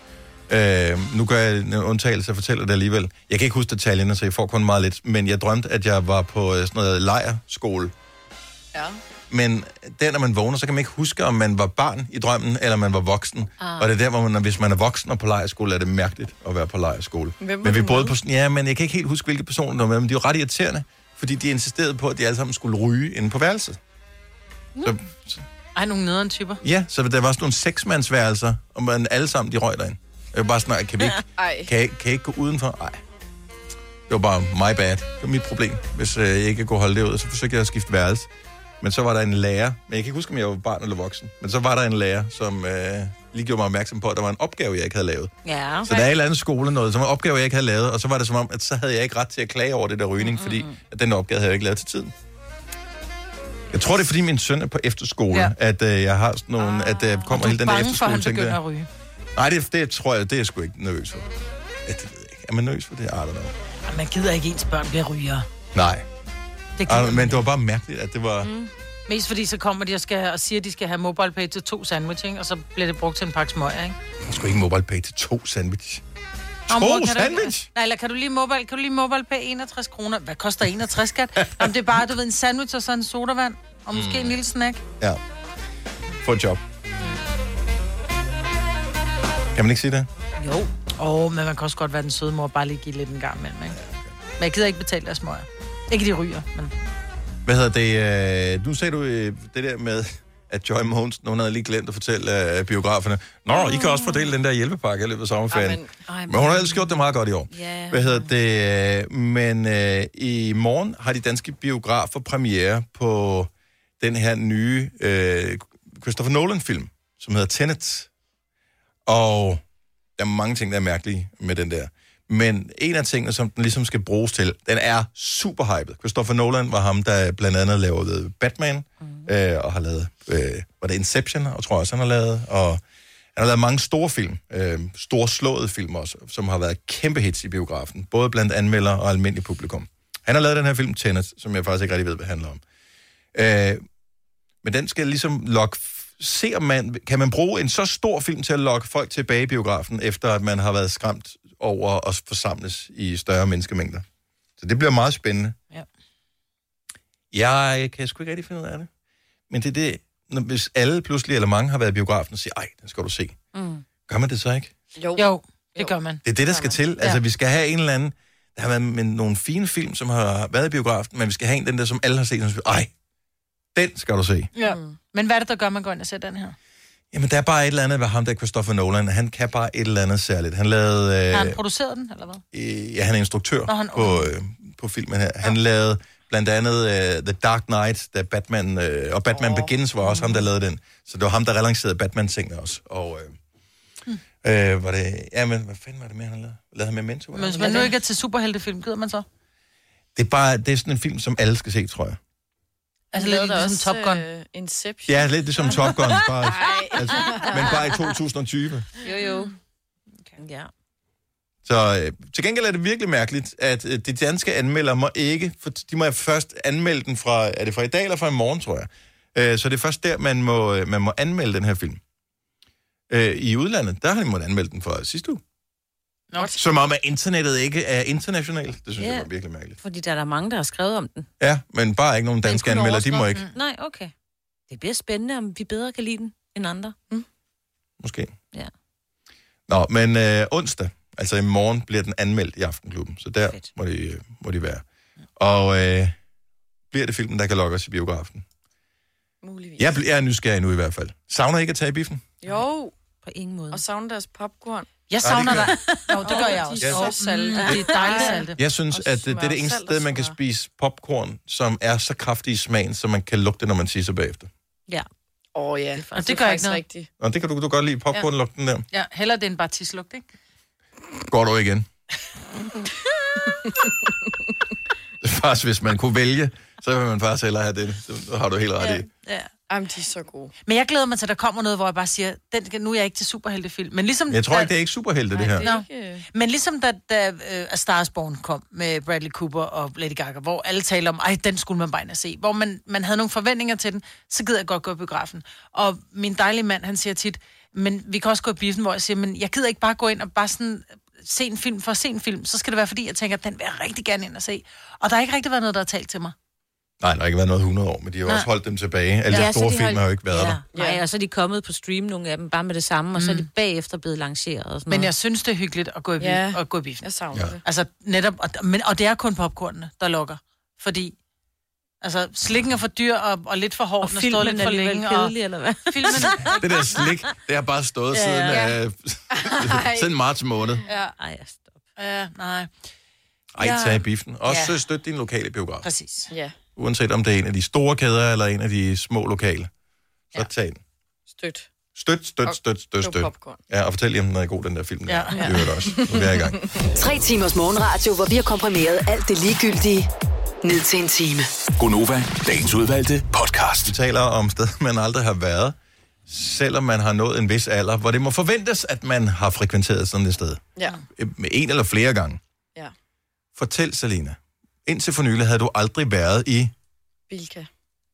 Øh, nu gør jeg en undtagelse og fortæller det alligevel. Jeg kan ikke huske detaljerne, så jeg får kun meget lidt. Men jeg drømte, at jeg var på sådan noget lejrskole. Ja. Men der, når man vågner, så kan man ikke huske, om man var barn i drømmen, eller man var voksen. Ah. Og det er der, hvor man, hvis man er voksen og på lejrskole, er det mærkeligt at være på lejrskole. Men vi boede på sådan, ja, men jeg kan ikke helt huske, hvilke personer der var med, men de er jo ret irriterende, fordi de insisterede på, at de alle sammen skulle ryge inde på værelset. Mm. Så, så. Ej, nogle nederen typer. Ja, så der var sådan nogle seksmandsværelser, og man alle sammen, de røg derind. Jeg var bare sådan, kan vi ikke, kan jeg, kan jeg ikke gå udenfor? Nej. Det var bare my bad. Det var mit problem. Hvis øh, jeg ikke kunne holde det ud, så forsøgte jeg at skifte værelse. Men så var der en lærer, men jeg kan ikke huske, om jeg var barn eller voksen, men så var der en lærer, som øh, lige gjorde mig opmærksom på, at der var en opgave, jeg ikke havde lavet. Ja, okay. Så der er en eller anden skole noget, som var en opgave, jeg ikke havde lavet, og så var det som om, at så havde jeg ikke ret til at klage over det der rygning, mm-hmm. fordi at den opgave havde jeg ikke lavet til tiden. Jeg tror, det er fordi min søn er på efterskole, ja. at øh, jeg har sådan nogle, ah, at der øh, kommer hele den der efterskole ting der. At ryge. Nej, det, det tror jeg, det er jeg sgu ikke nervøs for. Ja, det ved jeg ikke. Er man nervøs for det? I don't know. Man gider ikke ens børn bliver ryger. Nej. Det ah, men det var bare mærkeligt, at det var... Mm. Mest fordi så kommer de og, skal, og siger, at de skal have MobilePay til to sandwich, ikke? Og så bliver det brugt til en pakke smøger, ikke? Jeg skal ikke MobilePay til to sandwich. To mor, sandwich? Du, nej, eller kan du lige mobile, kan du lige MobilePay enogtres kroner? Hvad koster enogtres, skat? Om det er bare, du ved, en sandwich og så en sodavand, og måske mm. en lille snack. Ja. Få et job. Kan man ikke sige det? Jo. Åh, oh, men man kan også godt være den søde mor, bare lige give lidt en gang imellem, ikke? Ja, okay. Men jeg gider ikke betale deres smøger. Ikke de ryger, men... Hvad hedder det? Øh, nu sagde du øh, det der med, at Joy Mogensen, hun havde lige glemt at fortælle øh, biograferne. Nå, I kan også fordele den der hjælpepakke i løbet af sommerferien. Ej, men, ej, men, men hun har ellers gjort det meget godt i år. Yeah. Hvad hedder det? Men øh, i morgen har de danske biografer premiere på den her nye øh, Christopher Nolan-film, som hedder Tenet. Og der er mange ting, der er mærkelige med den der. Men en af tingene, som den ligesom skal bruges til, den er super hyped. Christopher Nolan var ham, der blandt andet lavede Batman, mm. øh, og har lavet, øh, var det Inception, og tror jeg også, han har lavet, og han har lavet mange store film, øh, storslåede film også, som har været kæmpe hits i biografen, både blandt anmeldere og almindelig publikum. Han har lavet den her film, Tenet, som jeg faktisk ikke rigtig ved, hvad det handler om. Øh, men den skal ligesom lokke, se om man, kan man bruge en så stor film til at lokke folk tilbage i biografen, efter at man har været skræmt over at forsamles i større menneskemængder. Så det bliver meget spændende. Ja. Jeg kan sgu ikke rigtig finde ud af det. Men det er det, når, hvis alle pludselig, eller mange, har været i biografen og siger, ej, den skal du se. Mm. Gør man det så ikke? Jo, jo det gør man. Det er det, der skal til. Altså, ja. Vi skal have en eller anden, der har været med nogle fine film, som har været i biografen, men vi skal have en, den der, som alle har set, og siger, ej, den skal du se. Ja. Mm. Men hvad er det, der gør, man går ind og ser den her? Jamen, der er bare et eller andet ved ham, der er Christopher Nolan. Han kan bare et eller andet særligt. Han lavede... Øh, har han produceret den, eller hvad? Øh, ja, han er instruktør Nå, han, okay. på, øh, på filmen her. Han ja. lavede blandt andet øh, The Dark Knight, da Batman... Øh, og Batman oh. Begins var også mm. ham, der lavede den. Så det var ham, der relancerede Batman-tingene også. Og... Øh, mm. øh, var det... Ja, men hvad fanden var det mere, han lavede? Lavede han Memento? Men hvis man nu ikke er til superheltefilm, gider man så? Det er bare, det er sådan en film, som alle skal se, tror jeg. Altså lidt ligesom Top Gun. Øh, Inception. Ja, lidt ligesom Top Gun, bare, altså, men bare i to tusind og tyve. Jo, jo. Okay. Ja. Så øh, til gengæld er det virkelig mærkeligt, at øh, de danske anmeldere må ikke, for de må først anmelde den fra, er det fra i dag eller fra i morgen, tror jeg. Øh, så det er først der, man må, øh, man må anmelde den her film. Øh, I udlandet, der har de måttet anmelde den fra sidste uge. Nå. Som om, at internettet ikke er internationalt. Det synes Ja, jeg var virkelig mærkeligt. fordi der er der mange, der har skrevet om den. Ja, men bare ikke nogen danske kun anmeldere, de må overskrift. ikke. Mm. Nej, okay. Det bliver spændende, om vi bedre kan lide den end andre. Mm. Måske. Ja. Nå, men øh, onsdag, altså i morgen, bliver den anmeldt i Aftenklubben. Så der må de, øh, må de være. Og øh, bliver det filmen, der kan lokke os i biografen? Muligvis. Jeg, jeg er nysgerrig nu i hvert fald. Savner ikke at tage i biffen? Jo. På ingen måde. Og savner deres popcorn. Jeg savner dig. Jo, det gør jeg også. De er Ja. så salte. Mm, det er dejligt salte. Jeg synes, at det, det er det eneste sted, man kan spise popcorn, som er så kraftig i smagen, så man kan lugte det, når man tisser bagefter. Ja. Åh oh, ja, og det gør ikke noget. Rigtigt. Og det kan du, du godt lide, popcorn-lugten der. Ja, heller det end bare tislugt, ikke? Går du igen? Det er faktisk, hvis man kunne vælge, så vil man faktisk hellere have det. Så har du helt ret ja. i. Ja. Jamen, de er så gode. Men jeg glæder mig til, at der kommer noget, hvor jeg bare siger, den, nu er jeg ikke til superheltefilm. Men ligesom, Jeg tror da, ikke, det er ikke superhelte, det her. Nå. Men ligesom da, da uh, A Star is Born kom med Bradley Cooper og Lady Gaga, hvor alle taler om, ej, den skulle man bare ind og se. Hvor man, man havde nogle forventninger til den, så gider jeg godt gå i biografen. Og min dejlige mand, han siger tit, men vi kan også gå i biffen, hvor jeg siger, men jeg gider ikke bare gå ind og bare sådan se en film for at se en film. Så skal det være, fordi jeg tænker, den vil jeg rigtig gerne ind og se. Og der har ikke rigtig været noget, der har talt til mig. Nej, der har ikke været noget hundrede år, men de har jo Nej. også holdt dem tilbage. Alle Ja, de så store de film holdt- har jo ikke været ja. der. Nej, og så er de kommet på stream, nogle af dem, bare med det samme, mm. og så er de bagefter blevet lanceret og sådan Men noget. jeg synes, det er hyggeligt at gå i, Ja. ja. at gå i biffen. Jeg savner Ja. det. Altså netop, og, men, og det er kun popcornene, der lukker. Fordi, altså, slikken er for dyr og, og lidt for hårdt, Og den har filmen stået lidt er for alligevel længe. kedelig, eller hvad? Filmen, Det der slik, det har bare stået Ja, siden, ja. øh, siden marts måned. ja, Ej, stop. ja, nej. Ej, Ja. tag i biffen. Også Ja. støt din lokale biograf. Præcis. Ja, Uanset om det er en af de store kæder, eller en af de små lokale. Så Ja. tag den. støt. Støt, støt, støt, støt, køb støt. popcorn. Ja, og fortæl lige, om den er god, den der film. Ja. Ja. Det hører også. Nu er jeg i gang. Tre timers morgenradio, hvor vi har komprimeret alt det ligegyldige ned til en time. Gonova, dagens udvalgte podcast. Vi taler om steder, man aldrig har været, selvom man har nået en vis alder, hvor det må forventes, at man har frekventeret sådan et sted. Ja. Med en eller flere gange. Ja. Fortæl, Selina. Indtil for nylig havde du aldrig været i... Bilka.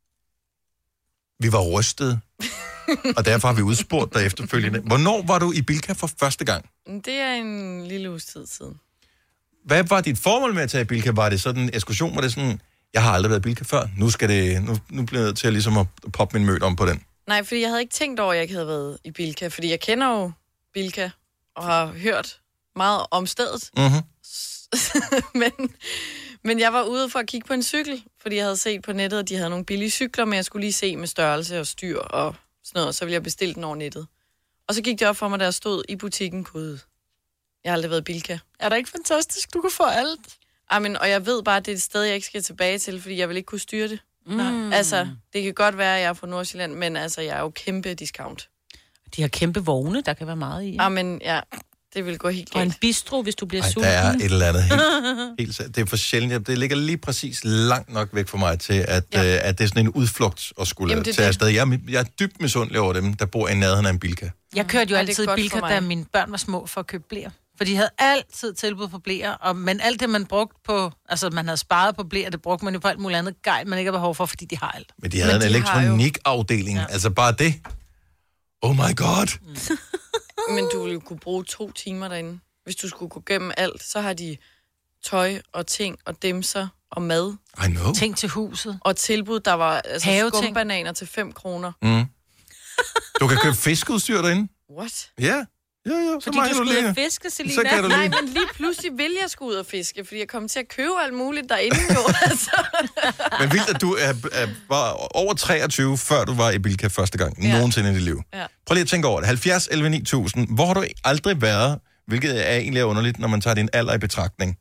Vi var rystet, og derfor har vi udspurgt dig efterfølgende. Hvornår var du i Bilka for første gang? Det er en lille uges tid siden. Hvad var dit formål med at tage i Bilka? Var det sådan en ekskursion? Var det sådan, jeg har aldrig været i Bilka før, nu, skal det, nu, nu bliver jeg nødt til ligesom at poppe min mød om på den? Nej, fordi jeg havde ikke tænkt over, at jeg ikke havde været i Bilka. Fordi jeg kender jo Bilka og har hørt meget om stedet. Mm-hmm. men, men jeg var ude for at kigge på en cykel, fordi jeg havde set på nettet, at de havde nogle billige cykler, men jeg skulle lige se med størrelse og styr og sådan noget, så ville jeg bestille den over nettet. Og så gik det op for mig, da jeg stod i butikken, gud, jeg har aldrig været i Bilka. Er det ikke fantastisk? Du kan få alt. Amen, og jeg ved bare, at det er et sted, jeg ikke skal tilbage til, fordi jeg vil ikke kunne styre det. Mm. Altså, det kan godt være, at jeg er fra Nordsjælland, men altså, jeg er jo kæmpe discount. De har kæmpe vogne, der kan være meget i. Amen, ja, det vil gå helt Og en galt. bistro, hvis du bliver Ej, sulten. der er et eller andet helt, helt sær- det er for sjældent. Det ligger lige præcis langt nok væk for mig til, at, ja. øh, at det er sådan en udflugt at skulle Jamen, det er tage det. afsted. Jeg, er- jeg er dybt misundelig over dem, der bor i nærheden af en Bilka. Jeg kørte jo Ja, det er altid i godt Bilka, for mig. da mine børn var små, for at købe blæer. For de havde altid tilbud på blæer, og, men alt det, man brugte på, altså man havde sparet på blæer, det brugte man jo på alt muligt andet gej, man ikke har behov for, fordi de har alt. Men de havde Men en de har jo- elektronikafdeling. Ja. Altså bare det. Oh my god. Men du ville jo kunne bruge to timer derinde. Hvis du skulle gå gennem alt, så har de tøj og ting og dimser og mad. I know. Ting til huset. Og tilbud, der var altså Haveting. skumbananer til fem kroner. Mm. Du kan købe fiskeudstyr derinde. What? Ja. Ja, ja, så Fordi meget du du skulle ud lige. og fiske, Selina. Så kan du Nej, lige. men lige pludselig vil jeg skulle ud og fiske, fordi jeg kom til at købe alt muligt derinde jo. Altså. Men vildt, at du er, er, var over treogtyve, før du var i Bilka første gang. Ja. Ja. Nogensinde i dit liv. Ja. Prøv lige at tænke over det. halvfjerds elleve ni tusind. Hvor har du aldrig været, hvilket er egentlig er underligt, når man tager din alder i betragtning.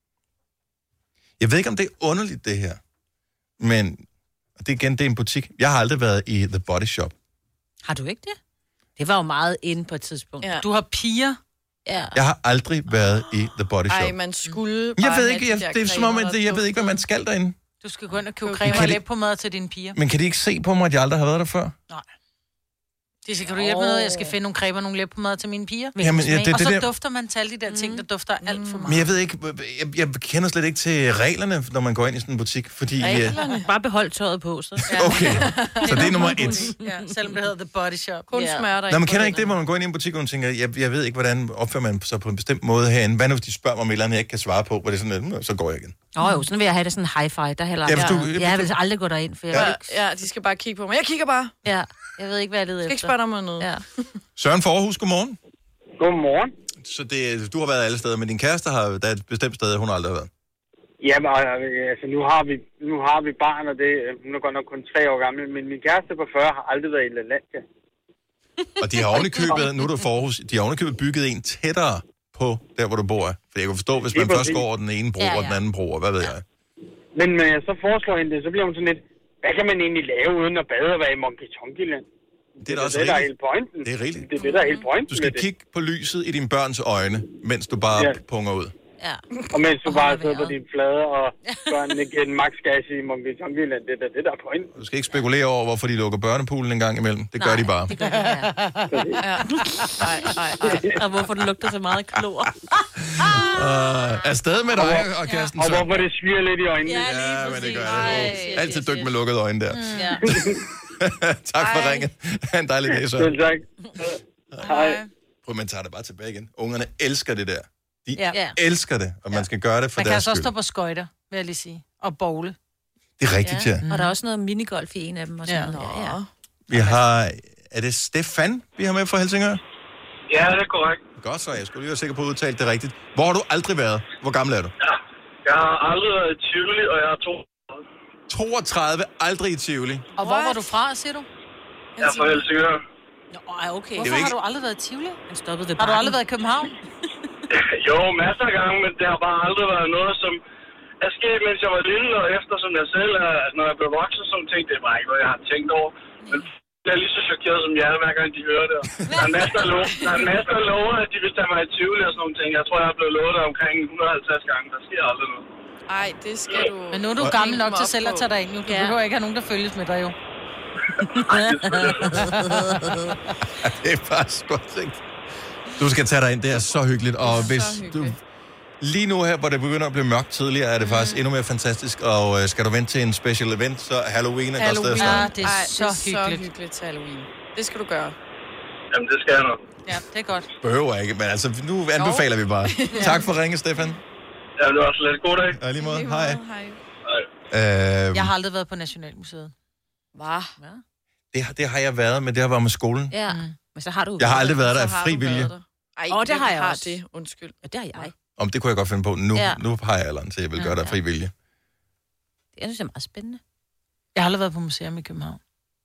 Jeg ved ikke, om det er underligt, det her. Men det er igen, det er en butik. Jeg har aldrig været i The Body Shop. Har du ikke det? Det var jo meget inde på et tidspunkt. Ja. Du har piger Ja. Jeg har aldrig været i The Body Shop. Ej, man skulle Jeg bare ved have ikke, de jeg, der det er som om, cremer, at der det, jeg ved ikke, hvad man skal derinde. Du skal gå ind og købe Men creme kan og de- læb på mad til dine piger. Men kan de ikke se på mig, at jeg aldrig har været der før? Nej. Det skal, kan du hjælpe med noget? Jeg skal finde nogle cremer og nogle læb på mad til mine piger. Jamen, ja, det er og så det der- dufter man til alle de der ting, der dufter alt for meget. Men jeg ved ikke, jeg, jeg kender slet ikke til reglerne, når man går ind i sådan en butik, fordi... Reglerne. Bare behold tøjet på, så. Okay, så det er nummer et. Ja, selvom det hedder The Body Shop. Kun Ja. smør der Når man kender ikke det, hvor man går ind i en butik, og man tænker, jeg, jeg ved ikke, hvordan opfører man sig på en bestemt måde herinde. Hvad nu, hvis de spørger mig om et eller andet, jeg ikke kan svare på, hvor det er sådan, "Nå, så går jeg igen. Åh oh, jo, sådan vil jeg have det sådan en hi-fi, der heller Ja, hvis du- jeg, jeg vil aldrig gå derind, for jeg Ja. ja. ikke... Ja, de skal bare kigge på mig. Jeg kigger bare. Ja, jeg ved ikke, hvad jeg leder Jeg efter. skal ikke spørge dig om noget. Ja. Søren Forhus, godmorgen. Godmorgen. Så det, du har været alle steder, men din kæreste har der er et bestemt sted, hun aldrig har været. Jamen, øh, altså, nu har vi, nu har vi barn, og det, hun er godt nok kun tre år gammel, men min kæreste på fyrre har aldrig været i LaLandia. Og de har ovenikøbet, nu er du Forhus, de har ovenikøbet bygget en tættere på der, hvor du bor. For jeg kan forstå, hvis man Lige først præcis. går over den ene bro Ja, ja, ja. og den anden bro, og hvad ved jeg. Men når jeg så foreslår hende det, så bliver hun sådan lidt, hvad kan man egentlig lave uden at bade og være i Monkey Tonky-land? Det er da også det, der er rigeligt. hele pointen. Det er rigeligt. Det er det, der er hele pointen Du skal med det. kigge på lyset i dine børns øjne, mens du bare Ja. punger ud. Ja. Og mens du bare sidder på din flade og børnene giver en max-gas i Monkey Tonky-land, det er da det, der er pointen. Du skal ikke spekulere over, hvorfor de lukker børnepoolen en gang imellem. Det gør de bare. Det gør de, ja. ja. Ej, ej, ej. Og hvorfor det lugter så meget klor. Uh, afsted med dig og Kirsten. Og så. hvorfor det sviger lidt i øjnene. Ja, lige Ja, men det gør præcis. det. Altid dyk med lukkede øjne der. Ja. Tak for ringen. Ha' en dejlig dag, så. Selv tak. Hej. Prøv, man tager det bare tilbage igen. Ungerne elsker det der. De Ja. ja. elsker det, og man skal gøre det for Man kan deres altså også skyld. stå på skøjter, vil jeg lige sige. Og bowle. Det er rigtigt, ja. Og der er også noget minigolf i en af dem. Og sådan Ja. noget. Ja, ja. Vi har... Er det Stefan, vi har med fra Helsingør? Ja, det er korrekt. Godt så, jeg skulle lige være sikker på at udtale det rigtigt. Hvor har du aldrig været? Hvor gammel er du? Jeg har aldrig været i Tivoli, og jeg er to. toogtredive, aldrig i Tivoli. Og hvor var du fra, siger du? Jeg er fra Helsingør. Nå, ej, okay. Det er Hvorfor jo ikke- har du aldrig været i Tivoli? Han stoppede ved Har du bakken. aldrig været i København? Jo, masser af gange, men det har bare aldrig været noget, som er sket, mens jeg var lille, og efter som jeg selv er, når jeg blev voksen, så tænkte det var ikke noget, jeg har tænkt over. Men jeg er lige så chokeret som jeg er, hver gang de hører det. Der er en masse, der lover, der er en masse, der lover, at de vil tage mig i Tivoli og sådan nogle ting. Jeg tror, jeg er blevet lovet det omkring et hundrede og halvtreds gange. Der sker aldrig noget. Ej, det skal du... Men nu er du gammel nok til selv at tage dig ind. Nu du Ja. behøver ikke have nogen, der følges med dig jo. Det er bare godt tænkt. Du skal tage dig ind, det er så hyggeligt. Og hvis du... Lige nu her, hvor det begynder at blive mørkt tidligere, er det Mm. faktisk endnu mere fantastisk. Og øh, skal du vente til en special event, så Halloween er godt sted at Halloween. starte. Ja, det er Ej, så det er så hyggeligt. hyggeligt til Halloween. Det skal du gøre. Jamen, det skal jeg nok. Ja, det er godt. Behøver ikke, men altså, nu anbefaler vi bare. Tak for ringe, Stefan. Ja, det var så lidt. God dag. Ja, lige måde. Hej. Hej. Øh, Jeg har aldrig været på Nationalmuseet. Hvad? det, har- det har jeg været, men det har været med skolen. Ja, men så har du... Jeg har aldrig været der af Så har fri du vilje. været der. Ej, Åh, det har jeg har også. det. Undskyld. Ja, det har jeg. Om det kunne jeg godt finde på. Nu, Ja. nu har jeg alderen til, at jeg vil gøre det af fri vilje. Jeg synes, det er meget spændende. Jeg har aldrig været på museum i København.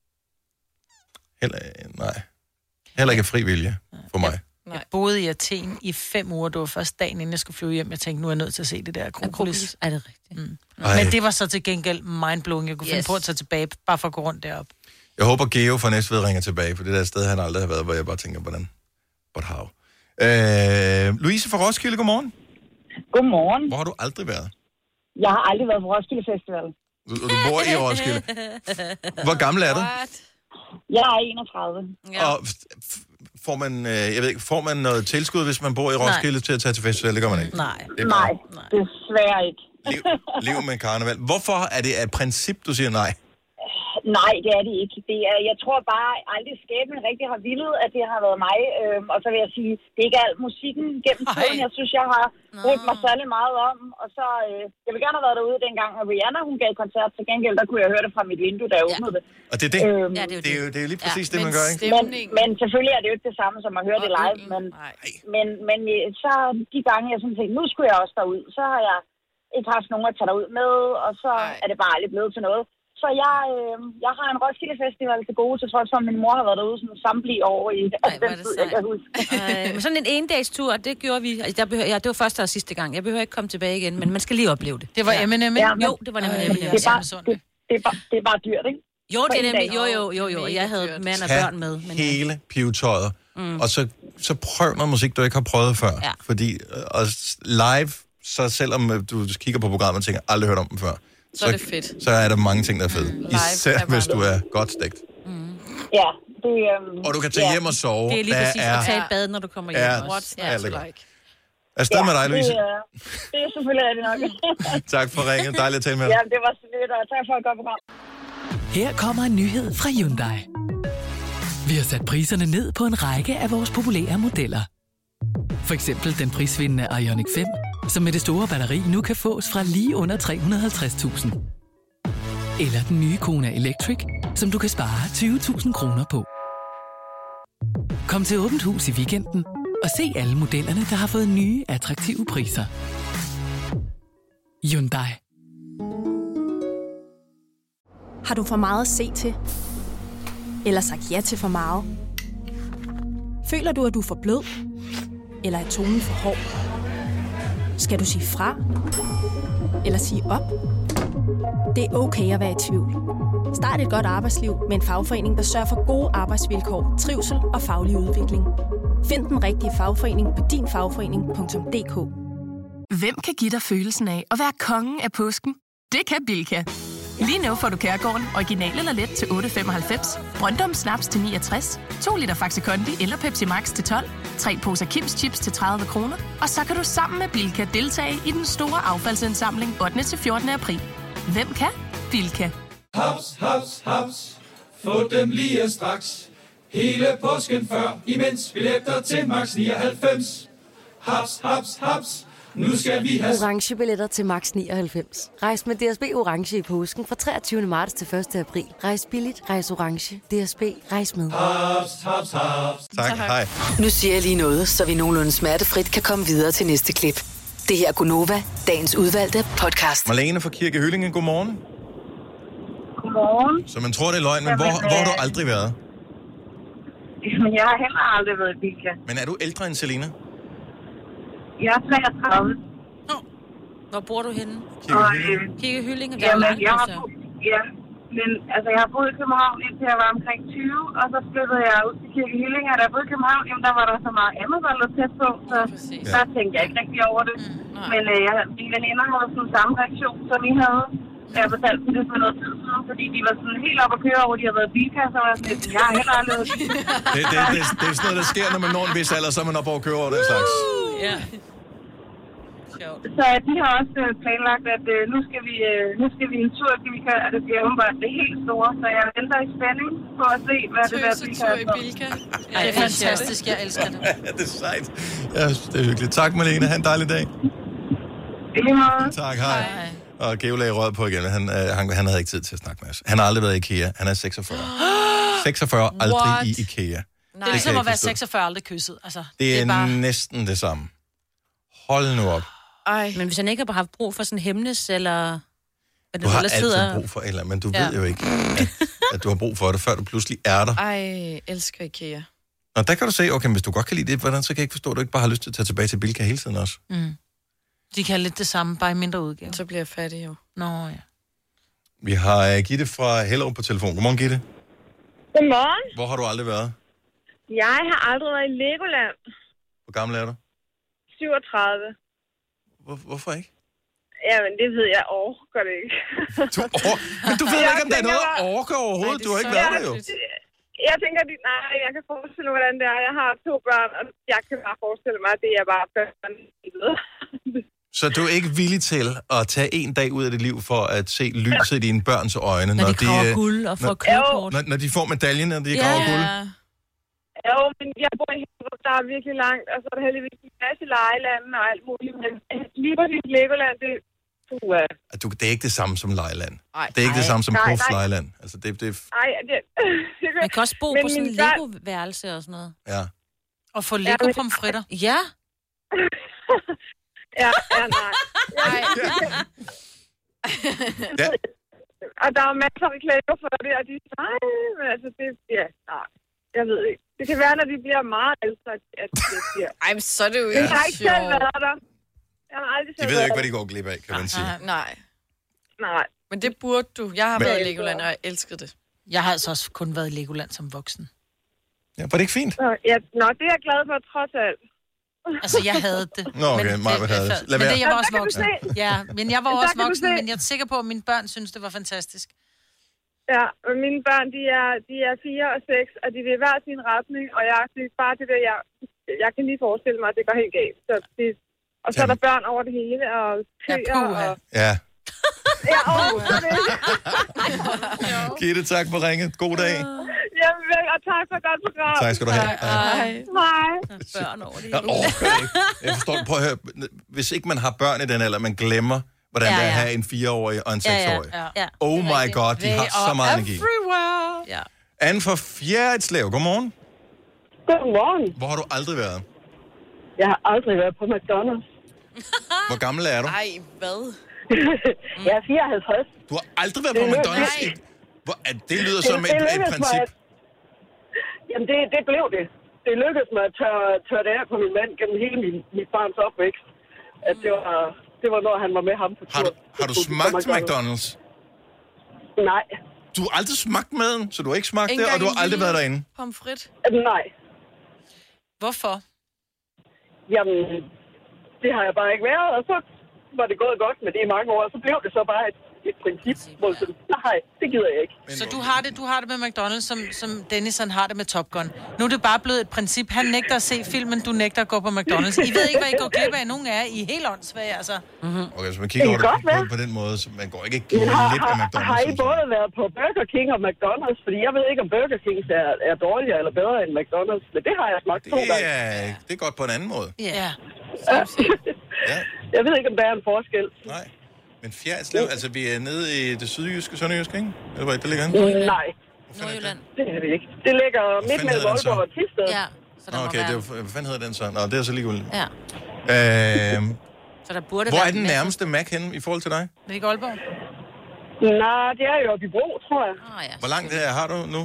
Heller, nej. Heller ikke af fri vilje for mig. Jeg boede i Athen i fem uger. Det var først dagen, inden jeg skulle flyve hjem. Jeg tænkte, nu er jeg nødt til at se det der Akropolis. Akropolis. Er det rigtigt? Mm. Ej. Men det var så til gengæld mindblowing. Jeg kunne yes. finde Yes. på at tage tilbage, bare for at gå rundt derop. Jeg håber, Geo fra Næstved ringer tilbage, for det der sted, han aldrig har været, hvor jeg bare tænker, hvordan? But how? Øh, Louise fra Roskilde, godmorgen. Godmorgen. Hvor har du aldrig været? Jeg har aldrig været på Roskilde Festival. Du, du bor i Roskilde. Hvor gammel er du? Jeg er enogtredive. Ja. Og f- f- får man, øh, jeg ved ikke, får man noget tilskud, hvis man bor i Roskilde til at tage til festival? Det gør man ikke. Nej. Det er bare Nej, desværre ikke. liv, liv med karneval. Hvorfor er det af princip, du siger nej? Nej, det er det ikke. Det er, jeg tror bare aldrig skæbnen rigtig har villet, at det har været mig. Øhm, og så vil jeg sige, det er ikke alt musikken gennem tiden. Jeg synes, jeg har brugt mig særlig meget om. Og så, øh, jeg vil gerne have været derude dengang, at Rihanna hun gav koncert. Til gengæld, der kunne jeg høre det fra mit vindue, da jeg åbnede det. Og det er det? Øhm, Ja, det, er jo det. Det, er jo, det er jo lige præcis ja, det, man gør, ikke? Men, men selvfølgelig er det jo ikke det samme, som at høre det live. Men, men, men øh, så de gange, jeg sådan tænkte, nu skulle jeg også derud, så har jeg ikke haft nogen at tage derud med, og så er det bare aldrig blevet til noget. Så jeg, øh, jeg har en Roskilde Festival til gode, til trods for, at min mor har været derude sådan samtlige år i altså, den tid, jeg kan huske. Ej, men sådan en endagstur, det gjorde vi. Altså, der behøver, ja, det var første og sidste gang. Jeg behøver ikke komme tilbage igen, men man skal lige opleve det. Det var ja. Eminem, ikke? Ja, jo, det var nemlig Øh, Eminem. det, er bare, det, det, er bare, det er bare dyrt, ikke? Jo, For det er en nemlig, dag. jo, jo, jo, jo. Og jeg havde mand og Tag børn med. Men hele pivetøjet, mm. og så så prøv noget musik, du ikke har prøvet før. Ja. Fordi øh, og live, så selvom øh, du kigger på programmet og tænker, aldrig hørt om dem før, så, så er det fedt. Så er der mange ting, der er fede. Mm. Især hvis du er godt stegt. Mm. Ja, det... Um, og du kan tage ja. hjem og sove. Det er lige præcis at tage et bad, når du kommer hjem. Ja, What's ja, not to like? Afsted ja, med dig, Louise. Det, er, det er selvfølgelig rigtigt nok. Tak for ringen. Dejligt at tale med dig. Ja, det var så lidt, og tak for et godt program. Her kommer en nyhed fra Hyundai. Vi har sat priserne ned på en række af vores populære modeller. For eksempel den prisvindende Ioniq fem, som med det store batteri nu kan fås fra lige under tre hundrede og halvtreds tusind. Eller den nye Kona Electric, som du kan spare tyve tusind kroner på. Kom til Åbent Hus i weekenden og se alle modellerne, der har fået nye, attraktive priser. Hyundai. Har du for meget at se til? Eller sagt ja til for meget? Føler du, at du er for blød? Eller er tonen for hård? Skal du sige fra? Eller sige op? Det er okay at være i tvivl. Start et godt arbejdsliv med en fagforening, der sørger for gode arbejdsvilkår, trivsel og faglig udvikling. Find den rigtige fagforening på din fagforening punktum d k. Hvem kan give dig følelsen af at være kongen af påsken? Det kan Bilka. Lige nu får du Kærgården original eller let til otte femoghalvfems, Brøndum Snaps til niogtres, to liter Faxi Kondi eller Pepsi Max til tolv, tre poser Kims Chips til tredive kroner, og så kan du sammen med Bilka deltage i den store affaldsindsamling ottende til fjortende april. Hvem kan? Bilka. Haps, haps, haps. Få dem lige straks. Hele påsken før, imens billetter til max nioghalvfems. Haps, haps, haps. Nu skal vi have orange billetter til max nioghalvfems. Rejs med D S B orange i påsken fra treogtyvende marts til første april. Rejs billigt, rejs orange. D S B, rejs med. Haps, haps, haps. Tak, hej. Nu siger jeg lige noget, så vi nogenlunde smertefrit kan komme videre til næste klip. Det her er Gunova, dagens udvalgte podcast. Marlene fra Kirke Hyllinge, godmorgen. Godmorgen. Så man tror, det er løgn, men hvor, hvor har du aldrig været? Jamen, jeg har heller aldrig været i Bilka. Men er du ældre end Selina? Jeg er treogtredive. Nå, hvor bor du henne? Og, øh, Kirke Hyllinge, der jamen, er langt, jeg har altså. bo, ja, men altså, jeg har boet i København indtil jeg var omkring tyve, og så flyttede jeg ud til Kirke Hyllinge, og da jeg boede i København, jamen, der var der så meget andet, der lå tæt på, så ja, der tænkte jeg ikke rigtig over det. Mm, men øh, jeg, mine veninder havde sådan samme reaktion, som I havde. Jeg har fortalt dem det for noget tid siden, fordi de var sådan helt op at køre over, de havde været i Bilka, så var jeg sådan, jeg har heller aldrig været i Bilka. Det, det, det, det er sådan noget, der sker, når man når en vis alder, så er man op over at køre over den slags. Ja. Så de har også planlagt, at uh, nu, skal vi, uh, nu skal vi en tur til Bilka, og det bliver åbenbart det helt store, så jeg venter i spænding på at se, hvad det der Bilka er. i Bilka. Ja, det er fantastisk, jeg elsker det. Ja, det er sejt. Ja, det er hyggeligt. Tak, Marlene. Ha' en dejlig dag. I lige måde. Tak, hej. hej. Og Geo lagde rød på igen. Han, øh, han, han havde ikke tid til at snakke med os. Han har aldrig været i IKEA. Han er seksogfyrre. seksogfyrre, aldrig What? i IKEA. Nej. Det er ligesom at være seksogfyrre, aldrig kysset. Altså, det, det er, er bare... næsten det samme. Hold nu op. Ej. Men hvis han ikke har haft brug for sådan en hemnes, eller... Hvad du har altid sidder... brug for et eller andet, men du ja. ved jo ikke, at, at du har brug for det, før du pludselig er der. Ej, elsker IKEA. Og der kan du se, okay, hvis du godt kan lide det, hvordan så kan jeg ikke forstå, at du ikke bare har lyst til at tage tilbage til Bilka hele tiden også. Mm. De kan lidt det samme, bare i mindre udgave. Så bliver jeg fattig jo. Nå, ja. Vi har uh, Gitte fra Hellerup på telefon. Godmorgen, Gitte. Godmorgen. Hvor har du aldrig været? Jeg har aldrig været i Legoland. Hvor gammel er du? syvogtredive. Hvor, hvorfor ikke? Jamen, det ved jeg orker det ikke. Du or- Men du ved ikke, om der er noget at orke overhovedet. Du har ikke været der jo. Jeg tænker, at nej, jeg kan forestille mig, hvordan det er. Jeg har to børn, og jeg kan bare forestille mig, at det er bare børn. Så du er ikke villig til at tage en dag ud af dit liv for at se lyset i dine børns øjne, når, når de graver guld og får kørekort. Når, når de får medaljen, når de ja. graver guld? Jo, men jeg bor i Hellerup, der er virkelig langt, og så er der heldigvis en masse lejelande og alt muligt, men lige på dit Legoland, det uh. du, det er ikke det samme som Lejeland. Ej, det er ikke ej, det samme som Kofs Lejeland. Altså, det, det... Ej, det... Man kan også bo men på sådan en Lego-værelse og sådan noget. Ja. Og få Lego-pomfritter. Ja. Ja, ja, nej. nej. Ja. Og der er masser af reklamer for det, og de nej, men altså det, ja, nej, jeg ved ikke. Det kan være, når de bliver meget ældre, at det bliver... Ej, men så er det jo ikke. Jeg har ikke selv været der. Jeg har aldrig selv de ved ikke, hvad de går glip af, kan man sige. Nej. Nej. Men det burde du. Jeg har men... været i Legoland, og jeg elskede det. Jeg har altså også kun været i Legoland som voksen. Ja, var det ikke fint? Nå, ja, nå, det er jeg glad for, trods alt. Altså, jeg havde det. Nå, okay, mig vil have det. Lad Men være. det, jeg var også Der kan du voksen. se. Ja, men jeg var Der også kan du voksen, se. men jeg er sikker på, at mine børn synes, det var fantastisk. Ja, og mine børn, de er, de er fire og seks, og de vil i hver sin retning, og jeg synes bare det der, jeg, jeg kan lige forestille mig, at det går helt galt. Så det, og så er der børn over det hele, og køer, og... Ja. Ja, og det. Gitte, tak for ringet. God dag. Jamen, vel, og tak for et godt program. Tak skal du have. Hej. Hej. Børn over det Jeg orker det ikke. Jeg forstår det. Prøv at høre. Hvis ikke man har børn i den alder, man glemmer, hvordan Ja, det er at ja. have en fireårig og en seksårig. Ja, ja, ja. Oh my god, de har så meget energi. Everywhere. Ja. Anne fra Fjerritslev, godmorgen. Godmorgen. Hvor har du aldrig været? Jeg har aldrig været på McDonald's. Hvor gammel er du? Ej, hvad? Jeg er fireoghalvtreds. Du har aldrig været Det på lykkes- McDonald's? I- Hvor, at det lyder Det- som det et, et lykkedes mig princip. at- Jamen, det, det blev det. Det lykkedes mig at tørre, tørre det af på min mand gennem hele min, mit barns opvækst. At det var, det var, når han var med ham på tur. Har du, har du smagt McDonald's? Nej. Du har aldrig smagt maden, så du har ikke smagt Ikke det, og engang du har en aldrig lille været derinde. Pomfrit? Nej. Hvorfor? Jamen, det har jeg bare ikke været, og så var det gået godt med det i mange år, og så blev det så bare et, et princip, hvor jeg sådan, nej, det gider jeg ikke. Så du har det, du har det med McDonald's, som, som Dennis han har det med Top Gun. Nu er det bare blevet et princip. Han nægter at se filmen, du nægter at gå på McDonald's. I ved ikke, hvad I går glip af. Nogen af jer. I er helt åndssvage, altså. Mm-hmm. Okay, så man kigger Det over kan det godt på, være. på den måde, så man går ikke Men har, glip af har, McDonald's. har I både været på Burger King og McDonald's? Fordi jeg ved ikke, om Burger King er, er dårligere eller bedre end McDonald's, men det har jeg smagt to Det gange. er, det er godt på en anden måde. Ja. Ja. Jeg ved ikke, om der er en forskel. Nej. Men Fjerritslev, altså vi er nede i det sydjyske, sønderjyske, ikke? Eller hvor er det, det ligger henne? Mm, nej, Nordjylland. det er det ikke. Det ligger midt fanden mellem hedder den så? Aalborg og Thisted. Ja, så der Nå, må okay, være... det er, jo- hvad fanden hedder den så? Nå, det er så ligegyldigt. Ja, Øhm, så der burde hvor være er den en masse- nærmeste Mac henne i forhold til dig? Det er ikke Aalborg? Nej, det er jo oppe i Bro, tror jeg. Ah, ja. Hvor langt her har du nu?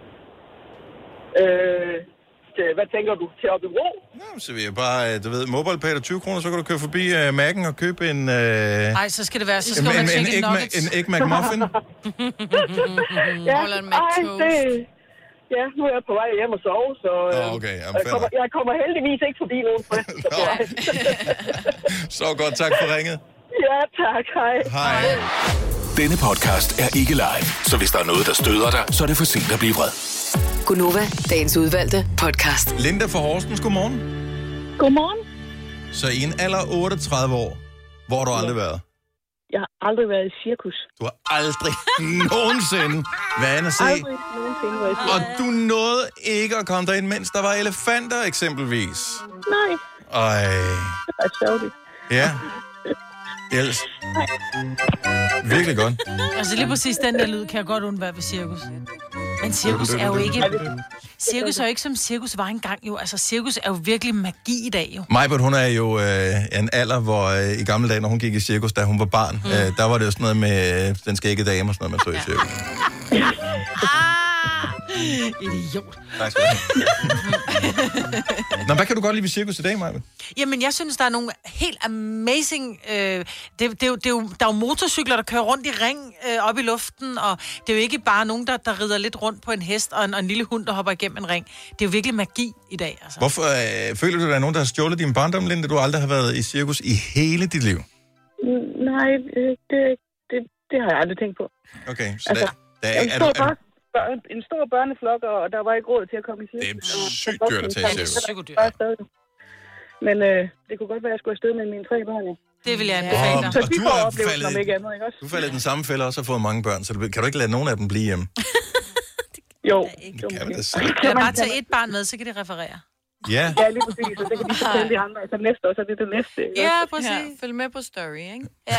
Øh, til, hvad tænker du? Til oppe i Bro? Nå, så vil jeg bare, øh, du ved, MobilePay er tyve kroner, så kan du køre forbi uh, Mac'en og købe en... Uh, Nej, så skal det være, så skal en, du en, have en, chicken egg, Ma- nuggets. en Egg McMuffin. Ja, Holder en ej, McToast. det... Ja, nu er jeg på vej hjem og sove, så... øh, Nå, okay, jamen, jeg, fair kommer, nok. jeg kommer heldigvis ikke forbi nogen fristelser på vej. Så godt, tak for ringet. Ja, tak. Hej. Hej. Denne podcast er ikke live, så hvis der er noget, der støder dig, så er det for sent at blive vred. Gunova, dagens udvalgte podcast. Linda fra Horsens, godmorgen. Godmorgen. Så i en alder af otteogtredive år, hvor har du aldrig været? Jeg har aldrig været i cirkus. Du har aldrig nogensinde været inde at se. Aldrig nogensinde været i cirkus. Og du nåede ikke at komme derind, mens der var elefanter eksempelvis. Nej, Ej, det er sjovt. ja. Ellers. Virkelig godt. Altså lige præcis den der lyd kan jeg godt undvære ved cirkus. Men cirkus er jo ikke... Cirkus er jo ikke som cirkus var engang jo. Altså cirkus er jo virkelig magi i dag jo. Majbert, hun er jo øh, en alder, hvor øh, i gamle dage, når hun gik i cirkus, da hun var barn, mm. øh, der var det jo sådan noget med øh, den skægge dame og sådan noget, man så i cirkus. Idiot. Tak skal du have. Nå, hvad kan du godt lide ved cirkus i dag, Majbert? Jamen, jeg synes, der er nogle helt amazing... Øh, det, det, er jo, det er jo, der er jo motorcykler, der kører rundt i ring øh, op i luften, og det er jo ikke bare nogen, der, der rider lidt rundt på en hest og en, og en lille hund, der hopper igennem en ring. Det er jo virkelig magi i dag, altså. Hvorfor øh, føler du, at der er nogen, der har stjålet din barndom, Linda? Du aldrig har været i cirkus i hele dit liv. Nej, det, det, det har jeg aldrig tænkt på. Okay, så Altså, der, der er, En er, stor, du, er, børn, børn, en stor børneflok, og der var ikke råd til at komme i cirkus. Det er Og sygt så dyrt at tage i cirkus. voksne, der var afsted. Men øh, det kunne godt være, at jeg skulle afsted med mine tre børn. Ja. Det vil jeg Åh, anbefale dig. og Så de du får har oplevelsen om faldet- ikke andet, ikke også? du falder i den samme fælde og også har fået mange børn, så du, kan du ikke lade nogen af dem blive hjemme? Jo. Det kan man da se. Eller bare tage et barn med, så kan de referere. Ja. Ja, lige præcis. Så det kan de fortælle de andre. Så næste år, så er det det næste. Ikke? Ja, også? præcis. Ja, følg med på story, ikke? Ja.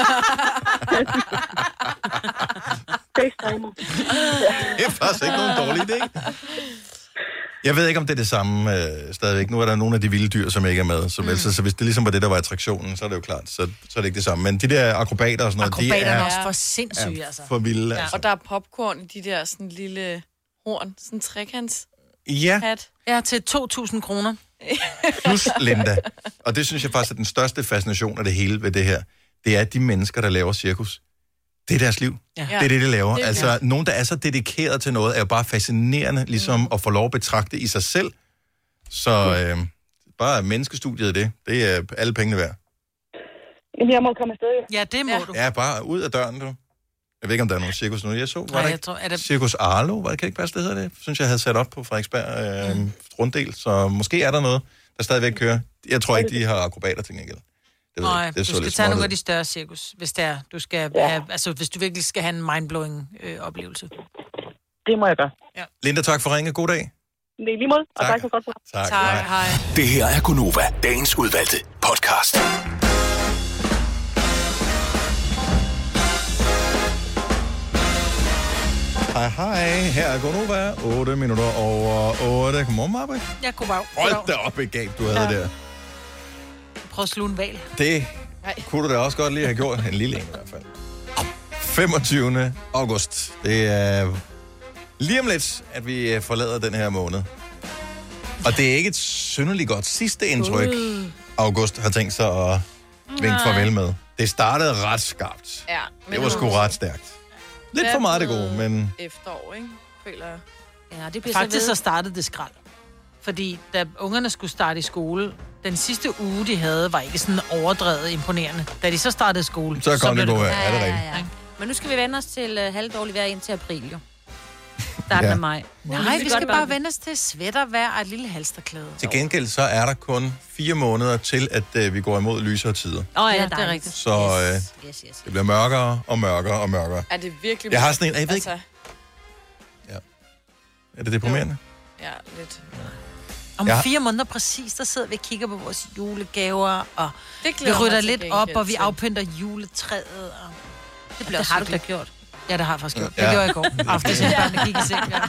FaceTimer. Det er faktisk ikke nogen dårlig idé. Jeg ved ikke, om det er det samme øh, stadigvæk. Nu er der nogle af de vilde dyr, som ikke er med. Så, mm. altså, så hvis det ligesom var det, der var attraktionen, så er det jo klart. Så, så er det ikke det samme. Men de der akrobater og sådan noget, Akrobaterne de er, er også for sindssyge, er altså. for vilde. Ja. Altså. Og der er popcorn i de der sådan lille horn, sådan trekants Ja, hat. Ja, til to tusind kroner. plus Linda. Og det synes jeg faktisk er den største fascination af det hele ved det her. Det er de mennesker, der laver cirkus. det er deres liv. Ja. Det er det, de laver. Det, altså, ja. Nogen, der er så dedikeret til noget, er jo bare fascinerende, ligesom mm. at få lov at betragte i sig selv. Så øh, bare menneskestudiet af det, det er alle pengene værd. Jamen, jeg må komme afsted, jo. Ja, det må ja. du. Ja, bare ud af døren, du. Jeg ved ikke, om der er nogen cirkus nu. Jeg så, var Nej, der jeg ikke? tror, er det... Cirkus Arlo, var det, kan ikke passe, det hedder det? Synes jeg havde sat op på Frederiksberg øh, mm. runddel, så måske er der noget, der stadigvæk kører. Jeg tror ikke, de har akrobater til gengæld. Det Nej, det du skal tage nogle af de større cirkus, hvis det er. Du skal ja. have, altså, hvis du virkelig skal have en mindblowing øh, oplevelse. Det må jeg gøre. Ja. Linda, tak for ringe. God dag. Det er lige måde, og tak, tak for godt for. Tak, tak hej. hej. Det her er Gonova, dagens udvalgte podcast. Hej, hej. Her er Gonova. otte minutter over otte. Godmorgen, Marbet. Ja, godmorgen. Hold da op et gab, du havde ja. der. Prøv at slå en val. Det Nej. kunne du da også godt lige have gjort. En lille en i hvert fald. femogtyvende august. Det er lige om lidt, at vi forlader den her måned. Og det er ikke et synderligt godt sidste indtryk, uh. august har tænkt sig at vinke farvel med. Det startede ret skarpt. Ja, det var sgu ret stærkt. Lidt for meget det gode, men... Efterår, ikke? Føler jeg. Ja, det bliver Faktisk så, så startede det skrald. Fordi da ungerne skulle starte i skole, den sidste uge, de havde, var ikke sådan overdrevet imponerende. Da de så startede skole... Så kom så det gode vejr, er det rigtigt? Ja, ja. Men nu skal vi vende os til uh, halvdårligt vejr indtil april, jo. Starten ja. af maj. Nej, vi, vi skal bare vende os til svættervejr og et lille halsterklæde. Til gengæld så er der kun fire måneder til, at uh, vi går imod lysere tider. Åh oh, ja, det er rigtigt. Så uh, yes. Yes, yes, yes. det bliver mørkere og mørkere og mørkere. Er det virkelig... Jeg har sådan en... Jeg ved ikke... Altså... Ja. Er det deprimerende? Jo. Ja, lidt. Ja. Om ja. fire måneder præcis, der sidder vi og kigger på vores julegaver, og det vi rytter lidt op, og vi afpynter juletræet. Og... Det, det har du da gjort. Ja, det har jeg faktisk gjort. Ja. Det gjorde jeg i går, aften, som børnene gik i seng. Ja.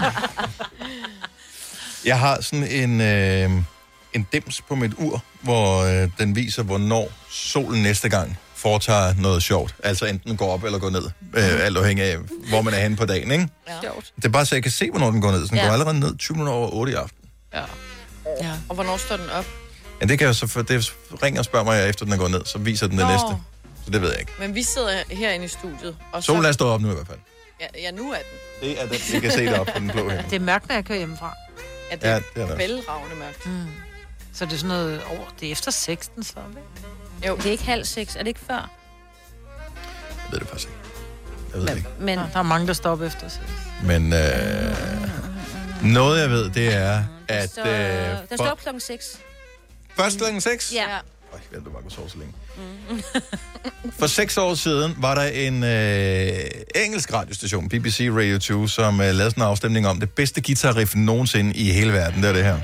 Jeg har sådan en, øh, en dims på mit ur, hvor øh, den viser, hvornår solen næste gang foretager noget sjovt. Altså enten går op eller går ned. Øh, alt afhængig af, hvor man er henne på dagen, ikke? Ja. Det er bare så, jeg kan se, hvornår den går ned. Så den ja. går allerede ned tyve minutter over otte i aften. Ja. ja. Og hvornår står den op? Ja, det kan jeg så... For, det ringer og spørger mig, efter den er gået ned, så viser den det Nå. næste. Så det ved jeg ikke. Men vi sidder herinde i studiet. Og solen er så... stået op nu i hvert fald. Ja, ja, nu er den. Det er den. Vi kan se det op på den blå himmel. Det er mørkt, når jeg kører hjemmefra. Ja, det er, ja, det er bælragende mørkt. Mm. Så det er sådan noget over... Det er efter seksten, så ikke? Jo. Det er ikke halv seks. Er det ikke før? Jeg ved det faktisk ikke. Jeg ved men, det ikke. Men... Der er mange, der stopper efter seks. Men øh, noget, jeg ved, det er, at... Så, øh, der står op klokken seks. Først klokken seks? Ja. Øj, jeg ved, du bare kunne sove så længe. Mm. For seks år siden var der en øh, engelsk radiostation, B B C Radio to, som øh, lavede sådan en afstemning om det bedste guitarriff nogensinde i hele verden. Det er det her.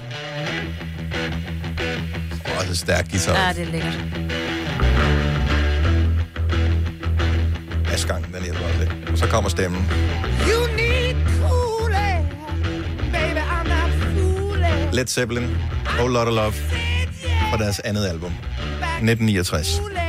Også et stærkt guitarriff. Ja, det er lækkert. Asgangen, den hjælper også lidt. Og så kommer stemmen. You need cool air, baby, I'm not fool. Led Zeppelin, Whole Lotta Love, fra deres andet album, nitten niogtres.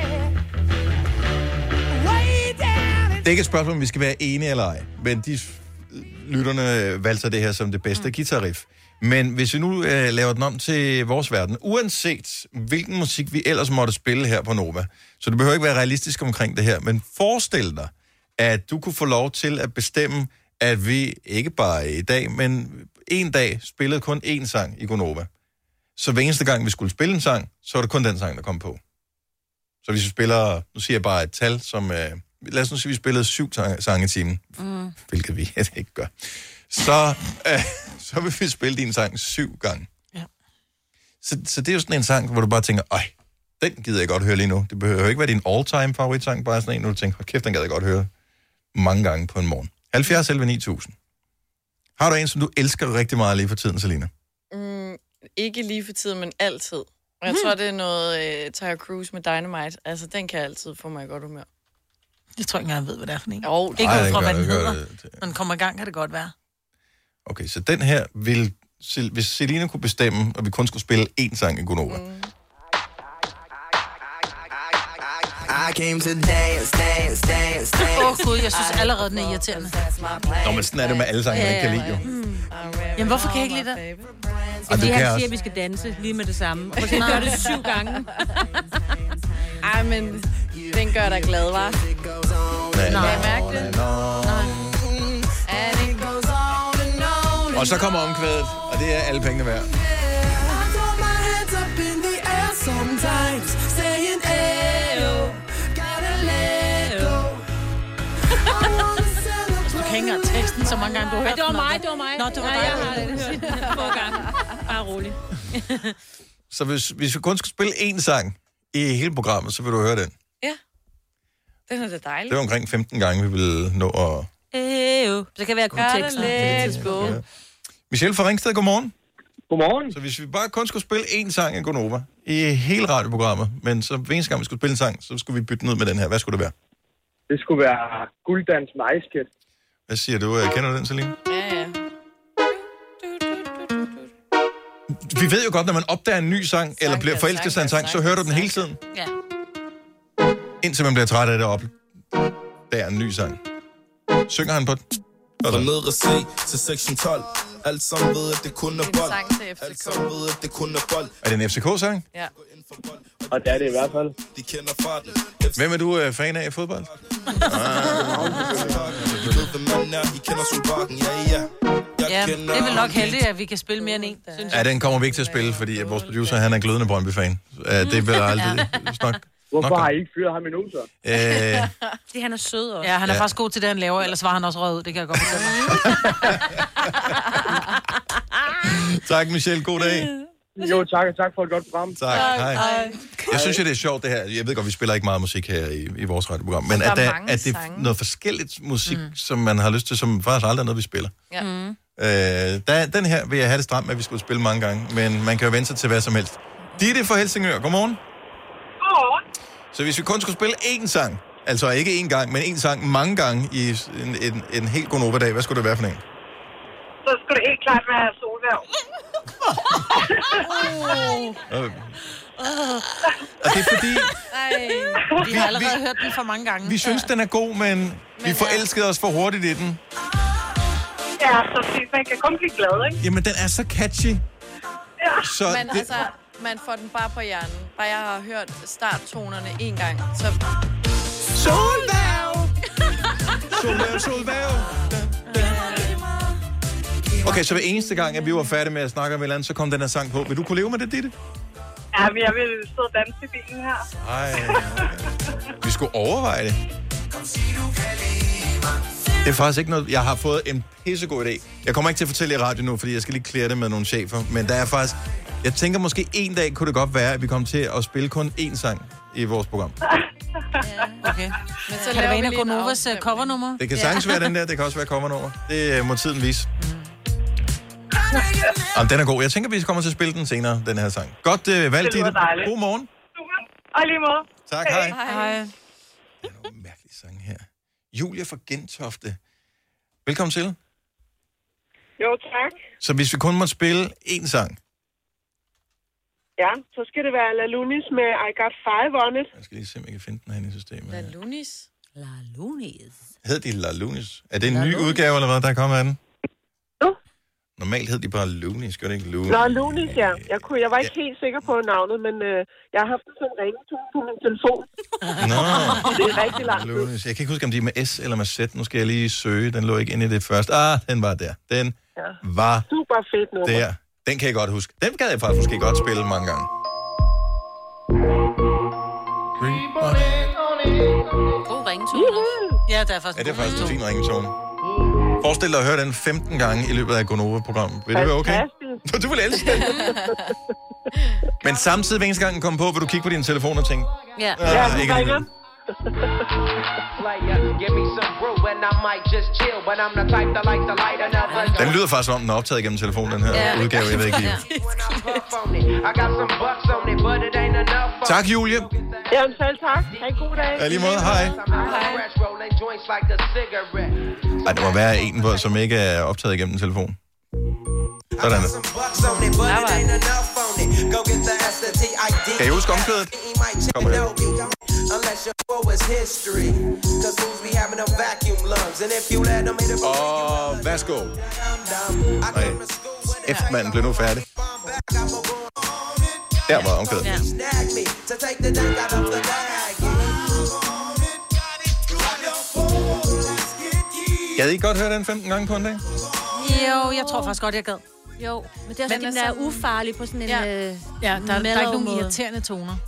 Det er ikke et spørgsmål, om vi skal være enige eller ej, men de lytterne valgte det her som det bedste mm. guitarriff. Men hvis vi nu øh, laver den om til vores verden, uanset hvilken musik vi ellers måtte spille her på Nova, så du behøver ikke være realistisk omkring det her, men forestil dig, at du kunne få lov til at bestemme, at vi ikke bare i dag, men en dag spillede kun én sang i Gonova. Så hver eneste gang, vi skulle spille en sang, så var det kun den sang, der kom på. Så hvis vi spiller, nu siger jeg bare et tal, som... Øh, lad os nu sige, at vi spillede syv sange i timen, mm. hvilket vi ikke gør. Så, øh, så vil vi spille din sang syv gange. Ja. Så, så det er jo sådan en sang, hvor du bare tænker, øj, den gider jeg godt høre lige nu. Det behøver ikke være din all-time favoritsang, bare sådan en, hvor du tænker, kæft, den gad jeg godt høre mange gange på en morgen. halvfjerds elleve ni tusind. Har du en, som du elsker rigtig meget lige for tiden, Selina? Mm, ikke lige for tiden, men altid. Jeg mm. tror, det er noget uh, Tyre Cruise med Dynamite. Altså, den kan altid få mig i godt humør. Jeg tror ikke engang, jeg ved, hvad det er for en. Jo, ikke ud fra, hvad den hedder. Det. Når den kommer i gang, kan det godt være. Okay, så den her vil... Hvis Selina kunne bestemme, og vi kun skulle spille én sang i Gonova. Mm. I came to dance, dance, dance, dance. Åh oh, gud, jeg synes allerede, den er irriterende. Nå, men sådan er det med alle sange, man ikke kan lide, jo. Mm. Jamen, hvorfor kan jeg ikke lide det? Og det her siger, at vi skal danse lige med det samme. Og så gør det syv gange. Ej, men den gør dig glad, hva'? Nej. Nej, mærke det. Og så kommer omkvædet, og det er alle pengene værd. Du kan ikke engang teksten så mange gange, du har hørt. Det var mig, det var mig. Nå, det var Nej, dig. jeg har det hørt få gange. Bare rolig. Så hvis, hvis vi kun skulle spille én sang i hele programmet, så vil du høre den. Ja. Den er da dejligt. Det var omkring femten gange, vi ville nå at... Ejo. Så kan være kun teksten på det tidspunkt. Ja. Michelle fra Ringsted, godmorgen. Godmorgen. Så hvis vi bare kun skulle spille én sang af Gonova i hele radioprogrammet, men så hver eneste gang, vi skulle spille en sang, så skulle vi bytte den ud med den her. Hvad skulle det være? Det skulle være Gulddans med Ice Kid. Hvad siger du? Kender du den, Celine? Ja, ja. Vi ved jo godt, når man opdager en ny sang, sang eller bliver forelsket sig en sang, så hører du den hele tiden. Ja. Indtil man bliver træt af det op. Der er en ny sang. Synger han på den? Fra nedre C til sektion tolv. Alt sammen ved, at det kun er bold. Sang til F C K. Alt sammen ved, at det kun er bold. Er det en F C K-sang? Ja. Og det er det i hvert fald. De kender farten. Hvem er du uh, fan af i fodbold? I ved, hvem man er. I kender Solbakken. Ja, ja. Ja, det er vel nok heldigt, at vi kan spille mere end en, synes Ja, den kommer vi ikke til at spille, fordi vores producer, han er glødende Brøndby-fan. Uh, det vil aldrig... Nok, Hvorfor nok, har I ikke fyret ham endnu, så? Øh, Fordi han er sød også. Ja, han er Ja. faktisk god til det, han laver, ellers var han også rød ud, det kan jeg godt fortælle dig. tak, Michelle. God dag. Jo, tak, og tak for et godt program. Tak. Hej. Jeg synes jo, det er sjovt, det her. Jeg ved godt, vi spiller ikke meget musik her i, i vores radioprogram, men Der er at, der, mange at det er sange. noget forskelligt musik, mm. som man har lyst til, som faktisk aldrig er noget, vi spiller. Ja. Mm. Øh, der, den her vil jeg have det stramt med, at vi skulle spille mange gange, men man kan jo vente sig til hvad som helst. Ditte fra Helsingør, godmorgen. Godmorgen. Så hvis vi kun skulle spille én sang, altså ikke én gang, men én sang mange gange i en, en, en helt Gonova-dag, hvad skulle det være for en? Så skulle det helt klart være solværv. Øh. Og det er fordi, Ej, vi har allerede vi- hørt den for mange gange. vi synes, den er god, men vi forelskede os for hurtigt i den. Ja, så præcis. Man kan kun blive glad, ikke? Jamen, den er så catchy. Ja. Så Men det, altså, man får den bare på hjernen. Bare jeg har hørt starttonerne en gang, så... Solværv! Solværv, solværv! Okay, så hver eneste gang, at vi var færdige med at snakke om et eller andet, så kom den her sang på. Vil du kunne leve med det, Ditte? Ja, men jeg vil sidde og danse i bilen her. Ej, vi skulle overveje det. Det er faktisk ikke noget... Jeg har fået en pissegod idé. Jeg kommer ikke til at fortælle i radio nu, fordi jeg skal lige klæde det med nogle chefer. Men der er faktisk... Jeg tænker måske en dag kunne det godt være, at vi kommer til at spille kun én sang i vores program. Okay. Men så Kan det laver være vi en af lige en Gonovas afstemning. covernummer? Det kan sagtens være den der, det kan også være covernummer. Det må tiden vise. Jamen, den er god. Jeg tænker, vi kommer til at spille den senere, den her sang. Godt uh, valgt, Det lyder Ditte. dejligt. God morgen. Og lige måde. Tak, hej. Hej. Det er nogle mærkelige sange her. Julia fra Gentofte. Velkommen til. Jo, tak. Så hvis vi kun må spille én sang. Ja, så skal det være La Lunis med I Got Five On It. Jeg skal lige se, om jeg kan finde den herinde i systemet. La Lunis. La Lunis. Hed de La Lunis? Er det en ny udgave, eller hvad, der er kommet af den? Jo. Normalt hed de bare Lunis, gør det ikke Lunis? Nå, Lunis, ja. Jeg, kunne, jeg var ikke helt sikker på navnet, men øh, jeg har haft den som ringetone på min telefon. Nå. Det er rigtig langt ud. Lunis. Jeg kan ikke huske, om de er med S eller med Z. Nu skal jeg lige søge. Den lå ikke inde i det første. Ah, den var der. Den Ja. var Super fedt nummer. der. Den kan jeg godt huske. Den gad jeg faktisk måske godt spille mange gange. God ringetone også. Ja, det er faktisk Ja, det er en god faktisk en ringtone. fin ringetone. Forestil dig at høre den femten gange i løbet af Gonova-programmet. Vil det være okay? Fantastisk. Du vil elske det. Men samtidig, hver eneste gang den kommer på, vil du kigge på din telefon og tænke, Ja. ah, Ja, ikke du alligevel. ringer. Den lyder faktisk om, den er optaget gennem telefonen, den her Ja. udgave, jeg ved ikke lige. Tak, Julie. Jamen selv tak. Ha' en god dag. Ja, lige måde. Hej. Ej, der må være en, hvor- som ikke er optaget gennem telefonen. Sådan er. Kan I huske omkvædet? Kommer her. Og værsgo. Nej. F-manden blev nu færdig. Der var omkvædet. Ja. Gad I godt høre den femten gange på en dag? Jo, jeg tror faktisk godt, jeg gad. Jo, men det er også, Men den er ufarlig på sådan en... Ja, øh, ja der, der er ikke nogen måde. irriterende toner.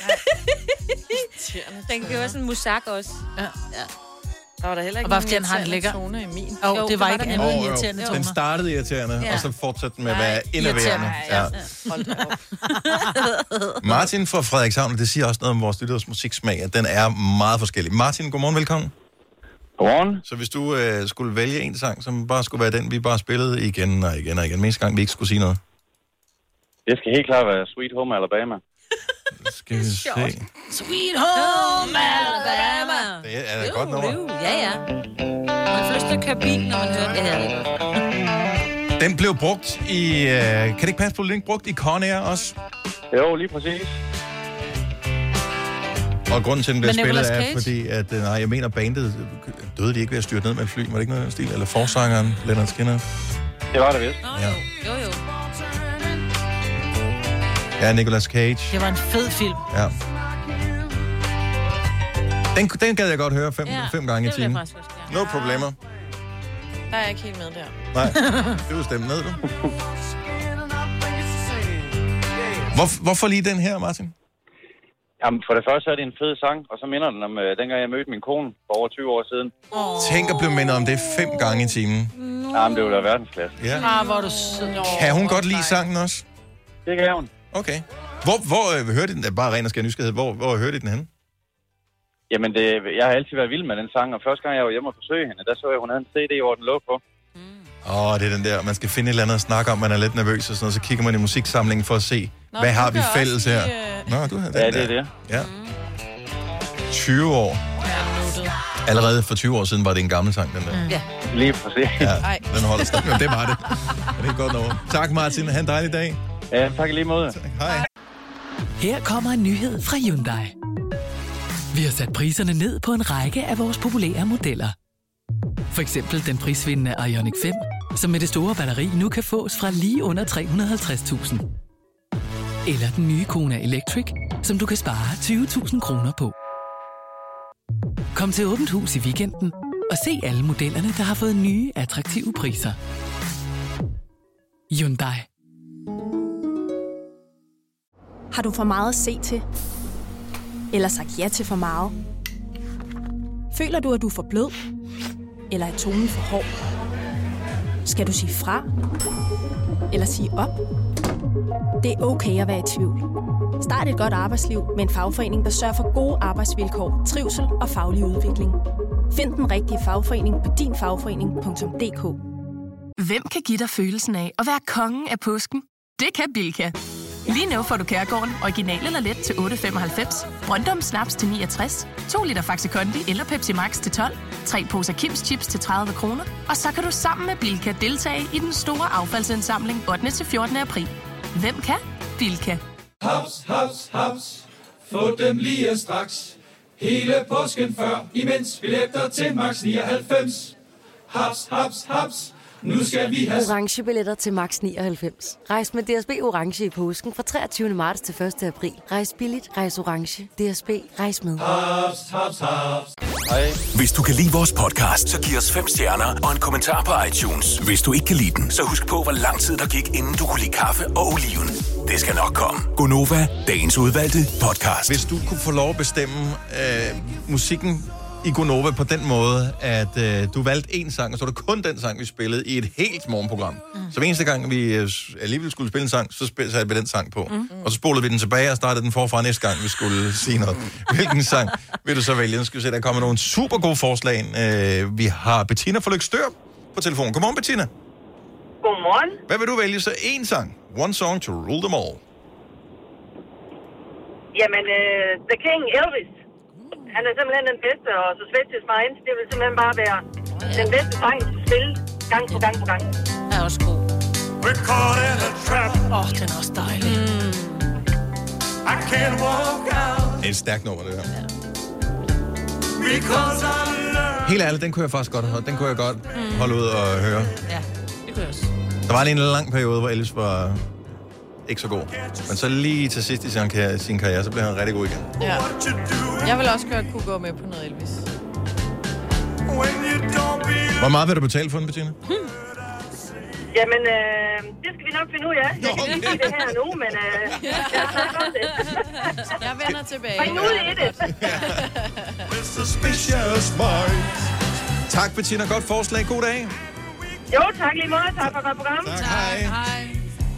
Den giver også en musak også. Ja. ja. Der var der heller Og ikke bare nogen fordi han har en lækker tone i min. Jo, jo, det var ikke andet Oh, jo. irriterende toner. Den startede irriterende, Ja. og så fortsatte den med at være enerverende. irriterende. Ja. Hold da op. Martin fra Frederikshavn, og det siger også noget om vores lytteres musiksmag, at den er meget forskellig. Martin, godmorgen, velkommen. Godmorgen. Så hvis du øh, skulle vælge en sang, som bare skulle være den, vi bare spillede igen og igen og igen, mest gang vi ikke skulle sige noget. Det skal helt klart være Sweet Home Alabama. Skal vi se. Sweet Home Alabama. Det er da godt nummer. Ja, ja. Man får lyst til at køre bil, når man hører det her. Den blev brugt i... Øh, kan det ikke passe på, at den ikke brugt i Con Air også? Jo, lige præcis. Og grunden til, at den bliver Men spillet Nicolas er, Cage? fordi at, øh, nej, jeg mener, bandet døde de ikke ved at styrte ned med et fly. Var det ikke noget af den stil? Eller forsangeren, Leonard Skinner? Det var det vist. Ja. Jo, jo. Ja, Nicolas Cage. Det var en fed film. Ja. Den, den gad jeg godt høre fem, Ja, fem gange i det vil jeg timen. faktisk også No problemer. Der er jeg ikke helt med der. Nej, det vil stemme ned, du. Hvor, hvorfor lige den her, Martin? Jamen, for det første er det en fed sang, og så minder den om øh, dengang jeg mødte min kone for over tyve år siden. Oh. Tænk at blive mindet om det fem gange i timen. Jamen, det var da verdensklasse. Ja. Ah, hvor er du sød. Kan hun godt lide sangen også? Det kan hun. Okay. Hvor, hvor øh, hørte I den? Bare ren og skær nysgerrighed. Hvor, hvor hørte I den henne? Jamen, det, jeg har altid været vild med den sang, og første gang jeg var hjemme og besøgte hende, der så jeg, hun havde en C D, hvor den lå på. Åh, oh, det er den der, man skal finde et eller andet at snakke om, man er lidt nervøs og sådan noget, så kigger man i musiksamlingen for at se, Nå, hvad har vi fælles her? Øh... Nå, du har den Ja, det der. er det. Ja. tyve år. Allerede for tyve år siden var det en gammel sang, den der. Ja. Lige præcis. Ja, den holder stadig. Men det var det. Ja, det er godt over. Tak, Martin. Ha' en dejlig dag. Ja, tak i lige måde. Tak. Hej. Her kommer en nyhed fra Hyundai. Vi har sat priserne ned på en række af vores populære modeller. For eksempel den prisvindende Ioniq fem, som med det store batteri nu kan fås fra lige under tre hundrede og halvtreds tusind. Eller den nye Kona Electric, som du kan spare tyve tusind kroner på. Kom til Åbent Hus i weekenden og se alle modellerne, der har fået nye, attraktive priser. Hyundai. Har du for meget at se til? Eller sagt ja til for meget? Føler du, at du er for blød? Eller er tonen for hård? Skal du sige fra? Eller sige op? Det er okay at være i tvivl. Start et godt arbejdsliv med en fagforening, der sørger for gode arbejdsvilkår, trivsel og faglig udvikling. Find den rigtige fagforening på din fagforening punktum d k. Hvem kan give dig følelsen af at være kongen af påsken? Det kan Bilka! Lige nu får du Kærgården original eller let til otte femoghalvfems, Brøndum Snaps til niogtres, to liter Faxi Kondi eller Pepsi Max til tolv, tre poser Kims Chips til tredive kroner, og så kan du sammen med Bilka deltage i den store affaldsindsamling ottende til fjortende april. Hvem kan? Bilka. Haps, haps, haps. Få dem lige straks. Hele påsken før, imens billetter til max nioghalvfems. Haps, haps, haps. Nu skal vi have... Orange billetter til max nioghalvfems. Rejs med D S B Orange i påsken fra treogtyvende marts til første april. Rejs billigt, rejs orange. D S B, rejs med. Haps, haps, haps. Hej. Hvis du kan lide vores podcast, så giv os fem stjerner og en kommentar på iTunes. Hvis du ikke kan lide den, så husk på, hvor lang tid der gik, inden du kunne lide kaffe og oliven. Det skal nok komme. Gonova, dagens udvalgte podcast. Hvis du kunne få lov at bestemme øh, musikken i Gonova på den måde, at øh, du valgte en sang, og så var det kun den sang, vi spillede i et helt morgenprogram. Mm. Så hver eneste gang, vi øh, alligevel skulle spille en sang, så spil, satte vi den sang på. Mm. Og så spolede vi den tilbage og startede den forfra næste gang, vi skulle sige noget. Hvilken sang vil du så vælge? Nu skal vi se, der kommer nogle super gode forslag. Øh, vi har Bettina fra Lykstør på telefonen. Godmorgen, Bettina. Godmorgen. Hvad vil du vælge så? En sang. One song to rule them all. Jamen, uh, The King, Elvis. Han er simpelthen den bedste, og så Svetches Minds, det vil simpelthen bare være den bedste sang til spil, gang på gang på gang. Er også god. We're caught in a trap. Åh, oh, den er også dejlig. Mm. I can't walk out. Det er et stærkt nummer, det her. Because I love. Helt ærligt, den kunne jeg faktisk godt, den kunne jeg godt Mm. holde ud og høre. Ja, det kunne jeg også. Der var lige en lang periode, hvor Elvis var ikke så god. Men så lige til sidst i sin karriere, sin karriere så blev han rigtig god igen. Ja. Jeg vil også godt kunne gå med på noget Elvis. When Hvor meget vil du betale for den, Bettina? Hmm. Jamen, øh, det skal vi nok finde ud af. Jeg kan ikke sige det her nu, men øh, jeg har taget godt det. Jeg vender tilbage. Og nu er det. Tak, Bettina. Godt forslag. God dag. Jo, tak lige meget. Tak for et godt program. Tak, hej. Hej.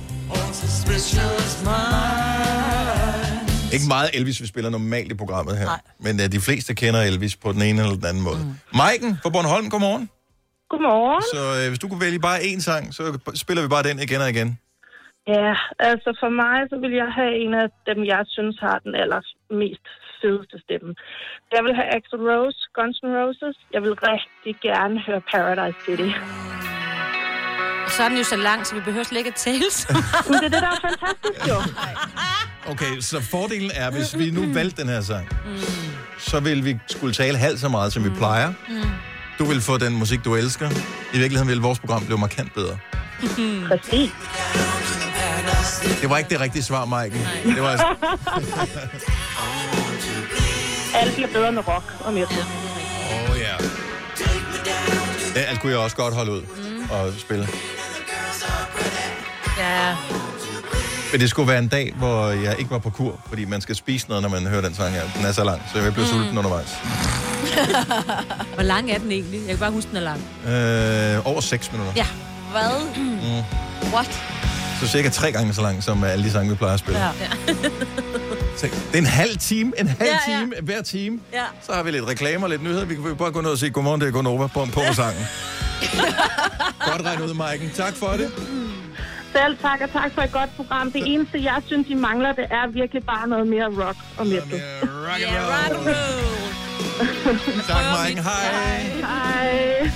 Ikke meget Elvis, vi spiller normalt i programmet her. Nej. Men uh, de fleste kender Elvis på den ene eller den anden måde. Mm. Maiken fra Bornholm, godmorgen. Godmorgen. Så uh, hvis du kunne vælge bare én sang, så spiller vi bare den igen og igen. Ja, altså for mig, så vil jeg have en af dem, jeg synes har den allermest fedeste stemme. Jeg vil have Axl Rose, Guns N' Roses. Jeg vil rigtig gerne høre Paradise City. Og så er den jo så lang, så vi behøver slet ikke at tale så meget. Men det er det, der er fantastisk, jo. Okay, så fordelen er, hvis vi nu valgte den her sang, mm. så vil vi skulle tale halvt så meget, som vi plejer. Mm. Du vil få den musik, du elsker. I virkeligheden vil vores program blive markant bedre. Mm. Præcis. Det var ikke det rigtige svar, Maiken. Det var altså... Alt bliver bedre med rock om et. Åh, oh, ja. Det alt kunne jeg også godt holde ud mm. og spille. Ja. Men det skulle være en dag, hvor jeg ikke var på kur, fordi man skal spise noget, når man hører den sang her. Den er så lang, så jeg vil blive mm. sulten undervejs. Hvor lang er den egentlig? Jeg kan bare huske, den er lang. Øh, over seks minutter. Ja. Hvad? Mm. What? Så cirka tre gange så lang, som alle de sange, vi plejer at spille. Ja. Så det er en halv time, en halv ja, time ja. hver time. Ja. Så har vi lidt reklamer, lidt nyheder. Vi kan bare gå ned og sige, godmorgen, det er Gonova på, på sangen. Godt regnet ud, Maiken. Tak for det. Selv tak, og tak for et godt program. Det eneste, jeg synes, I mangler, det er virkelig bare noget mere rock og metal. Rock and roll. Tak, Maiken. Hej. Hej.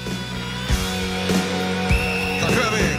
Så kører vi.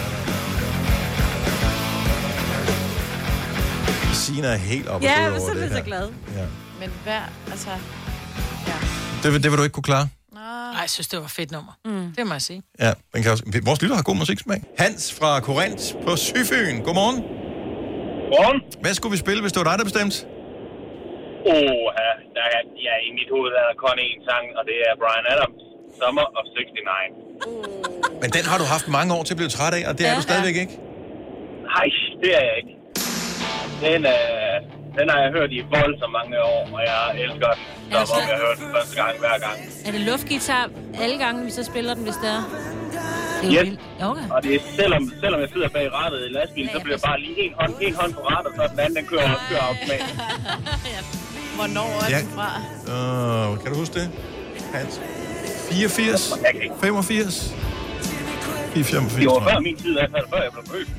Sina er helt oppe ja, og over det her. Ja, så er jeg så glad. Ja. Men hvad, altså... Ja. Det, det vil du ikke kunne klare? Nej, jeg synes, det var et fedt nummer. Mm. Det må jeg sige. Ja, den kan også... Vores lytter har god musiksmag. Hans fra Korinth på Syfyn. Godmorgen. Godmorgen. Hvad skulle vi spille, hvis det var dig, der bestemte? Åh, ja, der er, ja, i mit hoved er der kun én sang, og det er Bryan Adams, Summer of seksogtres. Uh. Men den har du haft mange år til at blive træt af, og det ja, er du stadigvæk ja. ikke? Nej, det er jeg ikke. Den, øh, den har jeg hørt i voldsomt mange år, og jeg elsker den, som om jeg har hørt den første gang hver gang. Er det luftgitar alle gange, vi så spiller den, hvis det er? Det er yes. Okay. Og det er, selvom, selvom jeg sidder bag rattet i lastbilen, så bliver bare lige en hånd, en hånd på rattet, så den anden den kører, kører automatisk. Hvornår er ja. den fra? Uh, kan du huske det, Hans? fireogfirs? femogfirs? fireogfirs, det var før min tid, i hvert fald før jeg blev født.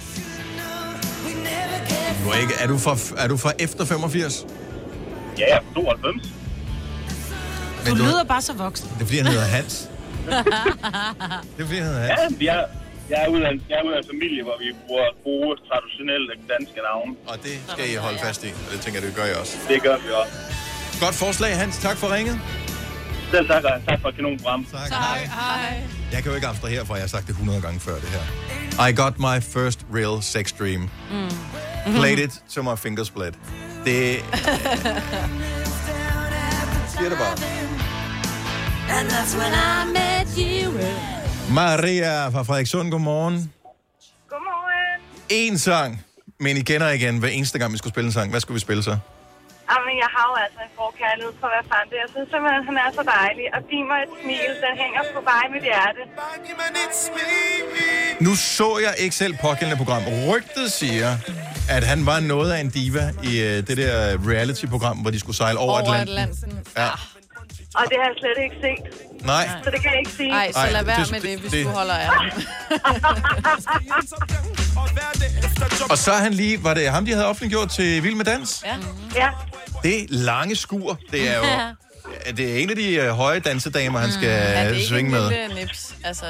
Du er, ikke, er, du fra, er du fra efter femogfirs? Ja, jeg er fra tooghalvfems. Du, du lyder bare så voksen. Det er fordi, han hedder Hans. Det er fordi, han hedder Hans. Ja, jeg, jeg, er ud af, jeg er ud af en familie, hvor vi bruger gode, traditionelle danske navne. Og det skal I holde fast i, og det tænker jeg, det gør I også. Det gør vi også. Godt forslag, Hans. Tak for ringet. Selv tak, og tak for et kanonprogram. Tak, hej. Hej. Jeg kan jo ikke abstrahere fra, jeg har sagt det hundrede gange før, det her. I got my first real sex dream. Mm. Played it to my fingers bled. Det... siger det bare. And that's when I met you. Maria fra Frederikssund, godmorgen. Godmorgen. En sang, men I kender igen hver eneste gang, vi skulle spille en sang. Hvad skulle vi spille så? Jamen, jeg har jo altså en forkærlighed for, hvad fanden det er. Jeg synes simpelthen, han er så dejlig. Og giv mig et smil, der hænger på vej i mit hjerte. Nu så jeg ikke selv pågældende program. Rygtet siger, at han var noget af en diva i uh, det der reality-program, hvor de skulle sejle over, over Atlanten. Atlanten. Ja. Og det har jeg slet ikke set. Nej. Så det kan jeg ikke sige. Nej, så lad være med det, hvis det... du holder af ham. Og så er han lige, var det ham, de havde offentliggjort til Vild med Dans? Ja. Ja. Det lange skur, det er jo... Det er en af de uh, høje dansedamer, han skal mm. svinge med. Er det ikke en lille nips? Altså...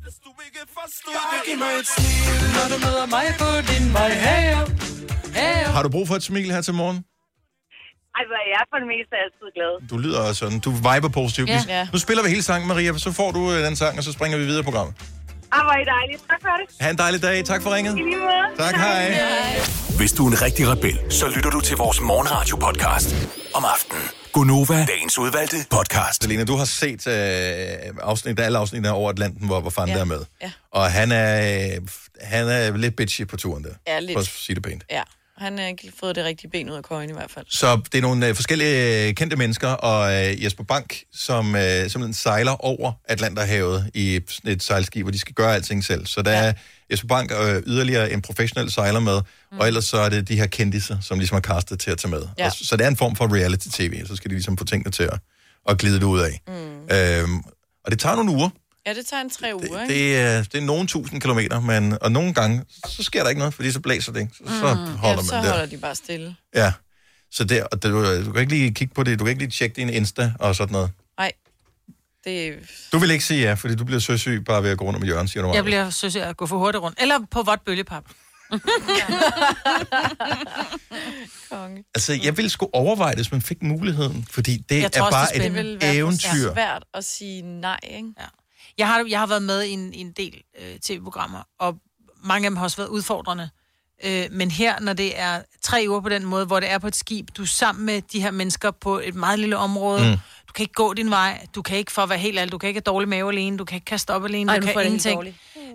Har du brug for et smil her til morgen? Altså, jeg er for det meste altid glad. Du lyder også sådan. Du viber positivt. Ja. Ja. Nu spiller vi hele sangen, Maria, så får du uh, den sang, og så springer vi videre i programmet. Ah, hvor er I dejligt. Tak for det. Ha' en dejlig dag. Tak for ringet. I lige måde. Tak, hej. hej. Hvis du er en rigtig rebel, så lytter du til vores morgenradio-podcast om aftenen. Gonova, dagens udvalgte podcast. Selina, du har set øh, afsnit, alle afsnit over Atlanten, hvor, hvor fanden Ja. der er med. Ja. Og han er, øh, han er lidt bitchy på turen der. Ja, lidt. For at sige det pænt. Ja, han har ikke fået det rigtige ben ud af køjen i hvert fald. Så det er nogle øh, forskellige øh, kendte mennesker, og øh, Jesper Bank, som øh, simpelthen sejler over Atlanterhavet i sådan et sejlskib, hvor de skal gøre alting selv. Så der ja. er Jesper Bank øh, yderligere en professionel sejler med, mm. og ellers så er det de her kendiser, som ligesom er castet til at tage med. Ja. Og, så det er en form for reality-tv, så skal de ligesom få tingene til at, at glide det ud af. Mm. Øhm, og det tager nogle uger. Ja, det tager en tre uger, ikke? Det er, det er nogle tusind kilometer, men, og nogle gange, så sker der ikke noget, fordi så blæser det, ikke? Så, mm. så holder ja, man så der. holder de bare stille. Ja, så det, og det, du, du kan ikke lige kigge på det, du kan ikke lige tjekke din Insta og sådan noget. Nej, det... Du vil ikke sige ja, fordi du bliver søsyg bare ved at gå rundt om hjørnet, siger du. Jeg bliver søsyg at gå for hurtigt rundt. Eller på vådt bølgepap. Altså, jeg ville sgu overveje det, hvis man fik muligheden, fordi det Jeg tror er også, bare det et vil være eventyr. svært at sige nej, ikke? Ja. Jeg har, jeg har været med i en, i en del øh, tv-programmer, og mange af dem har også været udfordrende. Øh, men her, når det er tre uger på den måde, hvor det er på et skib, du er sammen med de her mennesker på et meget lille område, mm. du kan ikke gå din vej, du kan ikke, for at være helt ærlig, du kan ikke have dårlig mave alene, du kan ikke kaste op alene, Ej, du nu får kan det ingenting.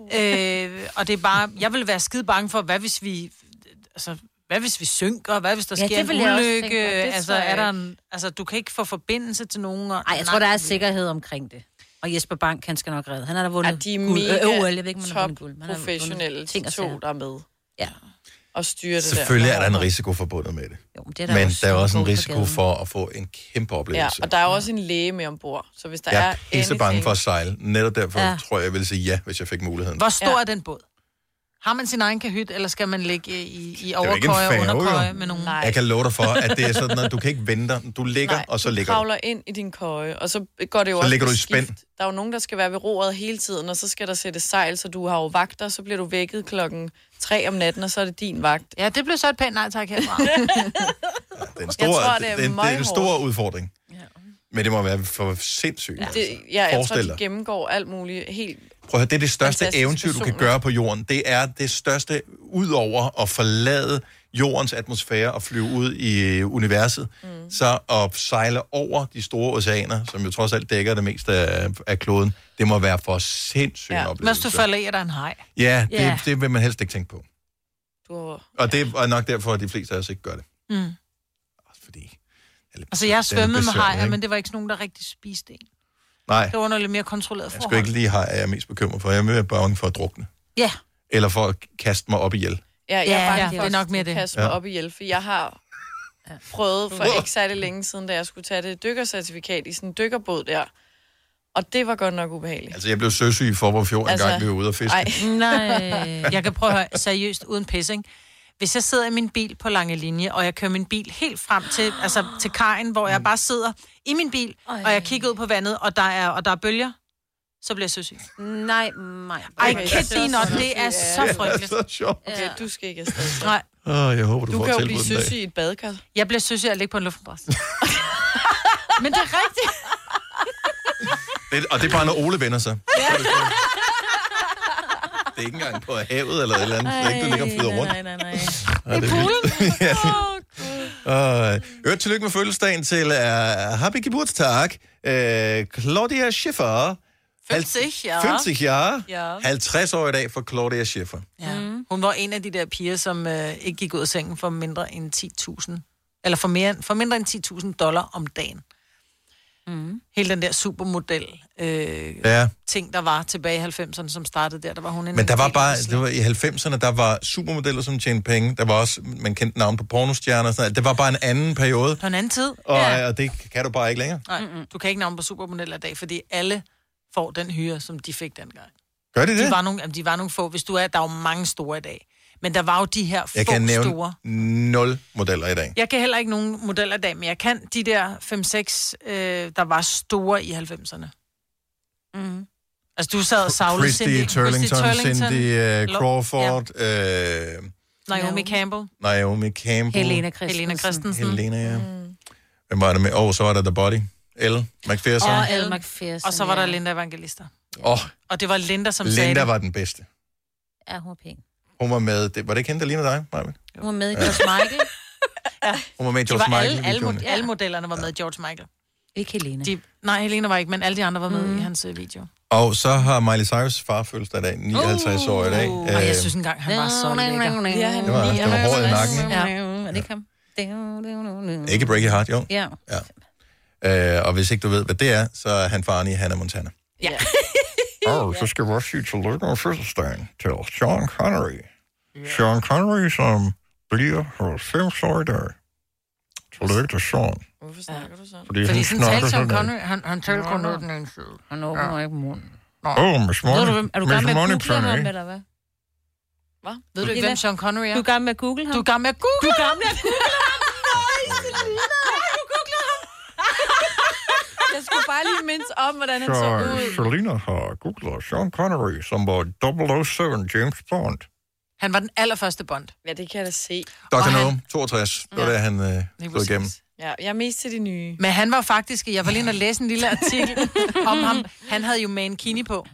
Øh, og det er bare, jeg vil være skide bange for, hvad hvis vi, altså, hvad hvis vi synker, hvad hvis der Ja, sker det vil en jeg også ulykke, tænke, og det altså, tror jeg er der ikke. en, altså, du kan ikke få forbindelse til nogen. Og, Nej, jeg tror, der er sikkerhed omkring det. OgJesper Bank, han skal nok redde. Han har da vundet Ja, de er guld. mega Øh, O L, jeg ved ikke, om han har vundet top guld. men han har vundet professionelle ting og to, sager. der er med. Ja. Og styre det Selvfølgelig der. er der en risiko forbundet med det. Jo, men det er der men også der er også en på risiko gaden. for at få en kæmpe Ja, oplevelse. og der er også en læge med ombord. Så hvis der Jeg er er pisse bange anything- for at sejle. Netop derfor Ja. ja. tror jeg, jeg ville sige ja, hvis jeg fik muligheden. Hvor stor ja. er den båd? Har man sin egen kahyt, eller skal man ligge i, i jo ikke en overkøje og færge, underkøje jo. med nogen? Jeg kan love dig for, at det er sådan noget, du kan ikke vente. Du ligger, Nej, og så du ligger du. kravler ind i din køje, og så går det jo Så også ligger på du i skift. spænd. Der er jo nogen, der skal være ved roret hele tiden, og så skal der sættes sejl, så du har jo vagter, så bliver du vækket klokken tre om natten, og så er det din vagt. Ja, det blev så et pænt nej tak herfra. Det er en stor, Jeg tror, det er det, det, det er en møghårdt. stor udfordring. Ja. Men det må være for sindssygt. Ja. Altså. Det, ja, jeg tror, Forestil de dig. gennemgår alt muligt helt... Prøv at høre, det er det største fantastiske eventyr, du kan personer. gøre på jorden. Det er det største, ud over at forlade jordens atmosfære og flyve ud i universet, mm. så at sejle over de store oceaner, som jo trods alt dækker det meste af, af kloden, det må være for sindssygt Ja. en Hvis oplevelse. du falder i, er der en haj. Ja, det, Ja. det vil man helst ikke tænke på. Du... Og det er nok derfor, at de fleste af os ikke gør det. Mm. Fordi... Altså, jeg har Den er svømmet med besværlig, hajer, ikke? men det var ikke sådan nogen, der rigtig spiste en. Nej, Det var noget lidt mere kontrolleret jeg forhold. skal ikke lige have, jeg er mest bekymret for. Jeg er mere bange for at drukne. Ja. Eller for at kaste mig op ihjel. Ja, jeg Ja, er bange ja, for det er at nok mere det. kaste mig Ja. op i hjælp, for jeg har prøvet for ikke særlig længe siden, da jeg skulle tage det dykkercertifikat i sådan en dykkerbåd der. Og det var godt nok ubehageligt. Altså, jeg blev søsyg i Forborg Fjord, Altså, en gang vi var ude at fiske. Ej. Nej. Jeg kan prøve at høre seriøst uden pissing. Hvis jeg sidder i min bil på lange linje, og jeg kører min bil helt frem til, altså, til kajen, hvor jeg bare sidder i min bil, og jeg kigger ud på vandet, og der er, og der er bølger, så bliver jeg søsyg. Nej, nej. Ej, kæft din, det er så frygteligt. Det er så sjovt. Okay, du skal ikke afsted. Nej. Åh, jeg håber, du, Du får kan et jo blive tilbud en dag. søsyg i et badekar. Jeg bliver søsyg af at ligge på en luftmadras. Men det er rigtigt. Det, og det er bare, når Ole vender sig. Ja. Det, det er ikke engang på havet eller et eller andet. Det er ikke, du ligger og flyder rundt. Nej, nej, nej. Ja, det er vildt. Ja. Uh, Øvrigt tillykke med fødselsdagen til uh, Happy Geburtstag, uh, Claudia Schiffer. halvtreds, ja. halvtreds år. Ja. halvtreds år i dag for Claudia Schiffer. Ja. Mm. Hun var en af de der piger, som øh, ikke gik ud af sengen for mindre end ti tusind. Eller for, mere, for mindre end ti tusind dollar om dagen. Mm. Hele den der supermodel øh, Ja. ting, der var tilbage i halvfemserne, som startede der, der var hun en Men der var del bare, af det var i halvfemserne, der var supermodeller, som tjente penge. Der var også, man kendte navn på pornostjerner og sådan noget. Det var bare en anden periode. På en anden tid. Og, ja. og det kan du bare ikke længere. Nej, du kan ikke navne på supermodeller i dag, fordi alle får den hyre, som de fik dengang. Gør de det? De var nogle, jamen, de var nogle få. Hvis du er, der er jo mange store i dag. Men der var jo de her Jeg få kan nævne store. nul modeller i dag. Jeg kan heller ikke nogen modeller i dag, men jeg kan de der fem seks, øh, der var store i halvfemserne. Mm. Altså, du sad og savlede Christy Cindy, Turlington, Turlington, Cindy uh, Lo- Crawford, ja. uh, Naomi Campbell, Naomi Campbell, Helena Christensen. Helena Christensen. Helena, ja. Mm. Hvem var der med? Åh, oh, så var der The Body. Elle McPherson. Og Åh, Elle McPherson. Og så var der ja. Linda Evangelister. oh, Og det var Linda, som sagde Linda det. var den bedste. Ja, hun var pæn. Prøv Hun var med, det, var det ikke hende, der ligner dig, Maja? Hun var med i George Michael. Ja. Hun var med i De George var Michael. alle, alle, videoen. mod- alle modellerne var med i George Michael. Ikke Helena. De, nej, Helena var ikke, men alle de andre var med mm. i hans uh, video. Og så har Miley Cyrus far fødselsdag i dag, nioghalvtreds år i dag. Og jeg synes engang, han var så lækker. Ja, Det var, det var håret i nakken, ikke? Ja. Er det ikke ham? Ikke Break Your Heart, jo. Ja. ja. Øh, og hvis ikke du ved, hvad det er, så er han faren i Hannah Montana. Ja. Og så skal vi også sige tillykke med fødselsdagen til Sean Connery. Sean Connery, som bliver halvfems år i dag. Tillykke til Sean. Hvorfor snakker du sådan? Fordi, Fordi han sådan snakker talte Sean sådan Connery, han, han talte kun noget den ene side. Han åbner ikke munden. Åh, oh, Miss Money. Ved du, hvem- er du gang med at Money google ham, Penny. eller hvad? Hvad? Ved du ikke, hvem Sean Connery er? Du er gang med at google ham? Du er gang med at google Du er gang med at google ham? Nej, Selina! Du googlede ham! Jeg skulle bare lige mindes om, hvordan han så Så ud. Selina har googlet Sean Connery, som var double oh seven James Bond. Han var den allerførste Bond. Ja, det kan jeg da se. doktor Og No, han- toogtres. Det var det, han øh, stod igennem. Ja, jeg er mest til de nye. Men han var faktisk, jeg var lige inde og læse en lille artikel om ham. Han havde jo mankini på,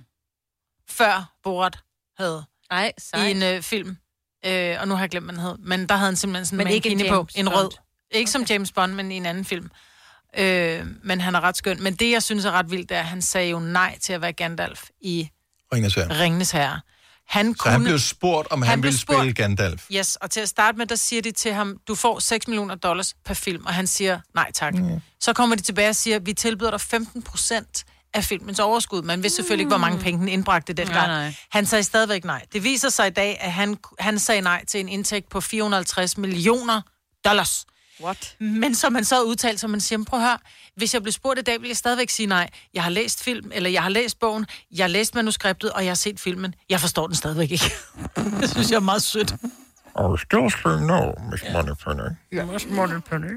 før Borat havde Ej, i en øh, film. Øh, og nu har jeg glemt, hvad den hed. Men der havde han simpelthen sådan en Men ikke en mankini på. James En rød. Bond. Ikke som James Bond, men i en anden film. Øh, men han er ret skøn. Men det, jeg synes er ret vildt, det er, at han sagde jo nej til at være Gandalf i Ringenes Herre. Ringenes Herre. Han Så han blev spurgt, om han, Han blev ville spurgt- spille Gandalf. Yes, og til at starte med, der siger de til ham, du får seks millioner dollars per film, og han siger, nej tak. Mm. Så kommer de tilbage og siger, vi tilbyder dig femten procent af filmens overskud. Man vidste selvfølgelig ikke, hvor mange penge den indbragte dengang. Nej, nej. Han sagde stadigvæk nej. Det viser sig i dag, at han, han sagde nej til en indtægt på fire hundrede og halvtreds millioner dollars. What? Men som man så har udtalt, som man siger, prøv at høre, hvis jeg blev spurgt i dag, vil jeg stadigvæk sige nej. Jeg har læst film, eller jeg har læst bogen, jeg har læst manuskriptet, og jeg har set filmen. Jeg forstår den stadigvæk ikke. Det synes jeg er meget sødt. Og still say no, Miss Moneypenny. Ja, Miss Moneypenny.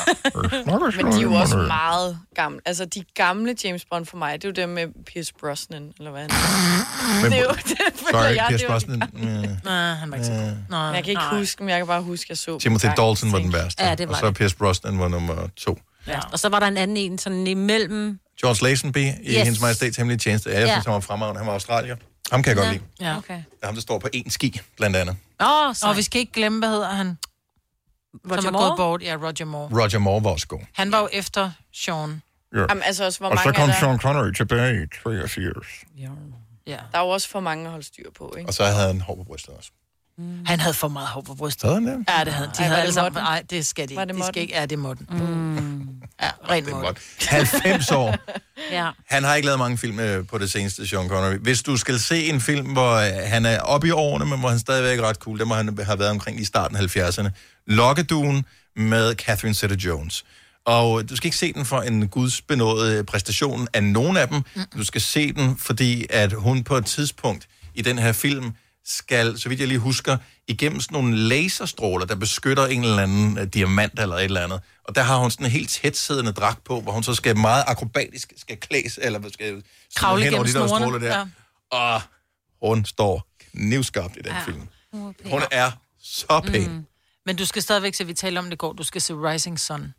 Men de er jo også meget gamle. Altså, de gamle James Bond for mig, det er jo dem med Pierce Brosnan, eller hvad han er. Men, Det er jo det, føler sorry, jeg, Pierce det er jo- Brosnan. Mm, Nej, han var ikke så god. Nej, Men jeg kan ikke nej. huske, men jeg kan bare huske, at jeg så... Timothy gang. Dalton var den værste. Ja, det var og så det. Pierce Brosnan var nummer to. Ja. Og så var der en anden en, sådan imellem... George Lazenby i Yes. Hendes Majestæts Hemmelige Tjeneste. Ja, jeg Ja. synes, han var fremragende. Han var australier. Ham kan jeg godt lide. Ja. Okay. Det er ham, der står på én ski, blandt andet. Åh, oh, Og vi skal ikke glemme, hvad hedder han? Roger som er Moore? gået bort. Ja, Roger Moore. Roger Moore var også god. Han var jo efter Sean. Ja. Jamen, altså også, hvor Og så mange kom er der... Sean Connery tilbage i treogfirs. Ja. Der er jo også for mange at holde styr på, ikke? Og så havde han hår på brystet også. Mm. Han havde for meget hår på brystet. Havde han det? Ja, det havde de. Ej, havde var alle det sammen. måtten? Nej, det skal de Var ikke. det De skal måtten? ikke. Ja, det er måtten. Mm. Ja, rent måtten. halvfems år. Ja. Han har ikke lavet mange film øh, på det seneste, Sean Connery. Hvis du skal se en film, hvor øh, han er oppe i årene, men hvor han stadigvæk er ret cool, det må han have været omkring i starten af halvfjerdserne. Lokkeduen med Catherine Zeta-Jones. Og du skal ikke se den for en gudsbenået præstation af nogen af dem. Du skal se den, fordi at hun på et tidspunkt i den her film skal, så vidt jeg lige husker, igennem sådan nogle laserstråler, der beskytter en eller anden uh, diamant eller et eller andet. Og der har hun sådan en helt tætsiddende dragt på, hvor hun så skal meget akrobatisk skal klæs, eller skal Kravle hen over gennem de der snorene. stråler der. Ja. Og hun står knivskarpt i den Ja. film. Hun er så pæn. Mm. Men du skal stadigvæk se, vi talte om det i går, du skal se Rising Sun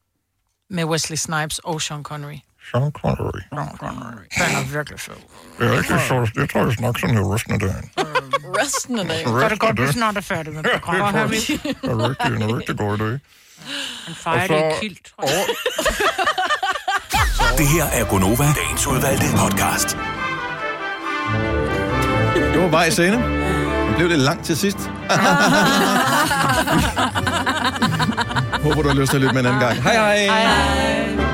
med Wesley Snipes og Sean Connery. Sean Connery. Sean Connery. Den er virkelig fed. Det er ikke så, jeg tror, jeg snakker sådan her resten af dagen. Resten af dagen. Så er det godt, vi snart er færdige med Det programmet. er rigtig, en rigtig god idé. Han fejrer det i kilt, tror jeg. Det her er Gonova, dagens udvalgte podcast. Det var vej scene. Det blev lidt langt til sidst. Håber, du har lyst til at lytte med en anden gang. Hej hej! Hej, hej.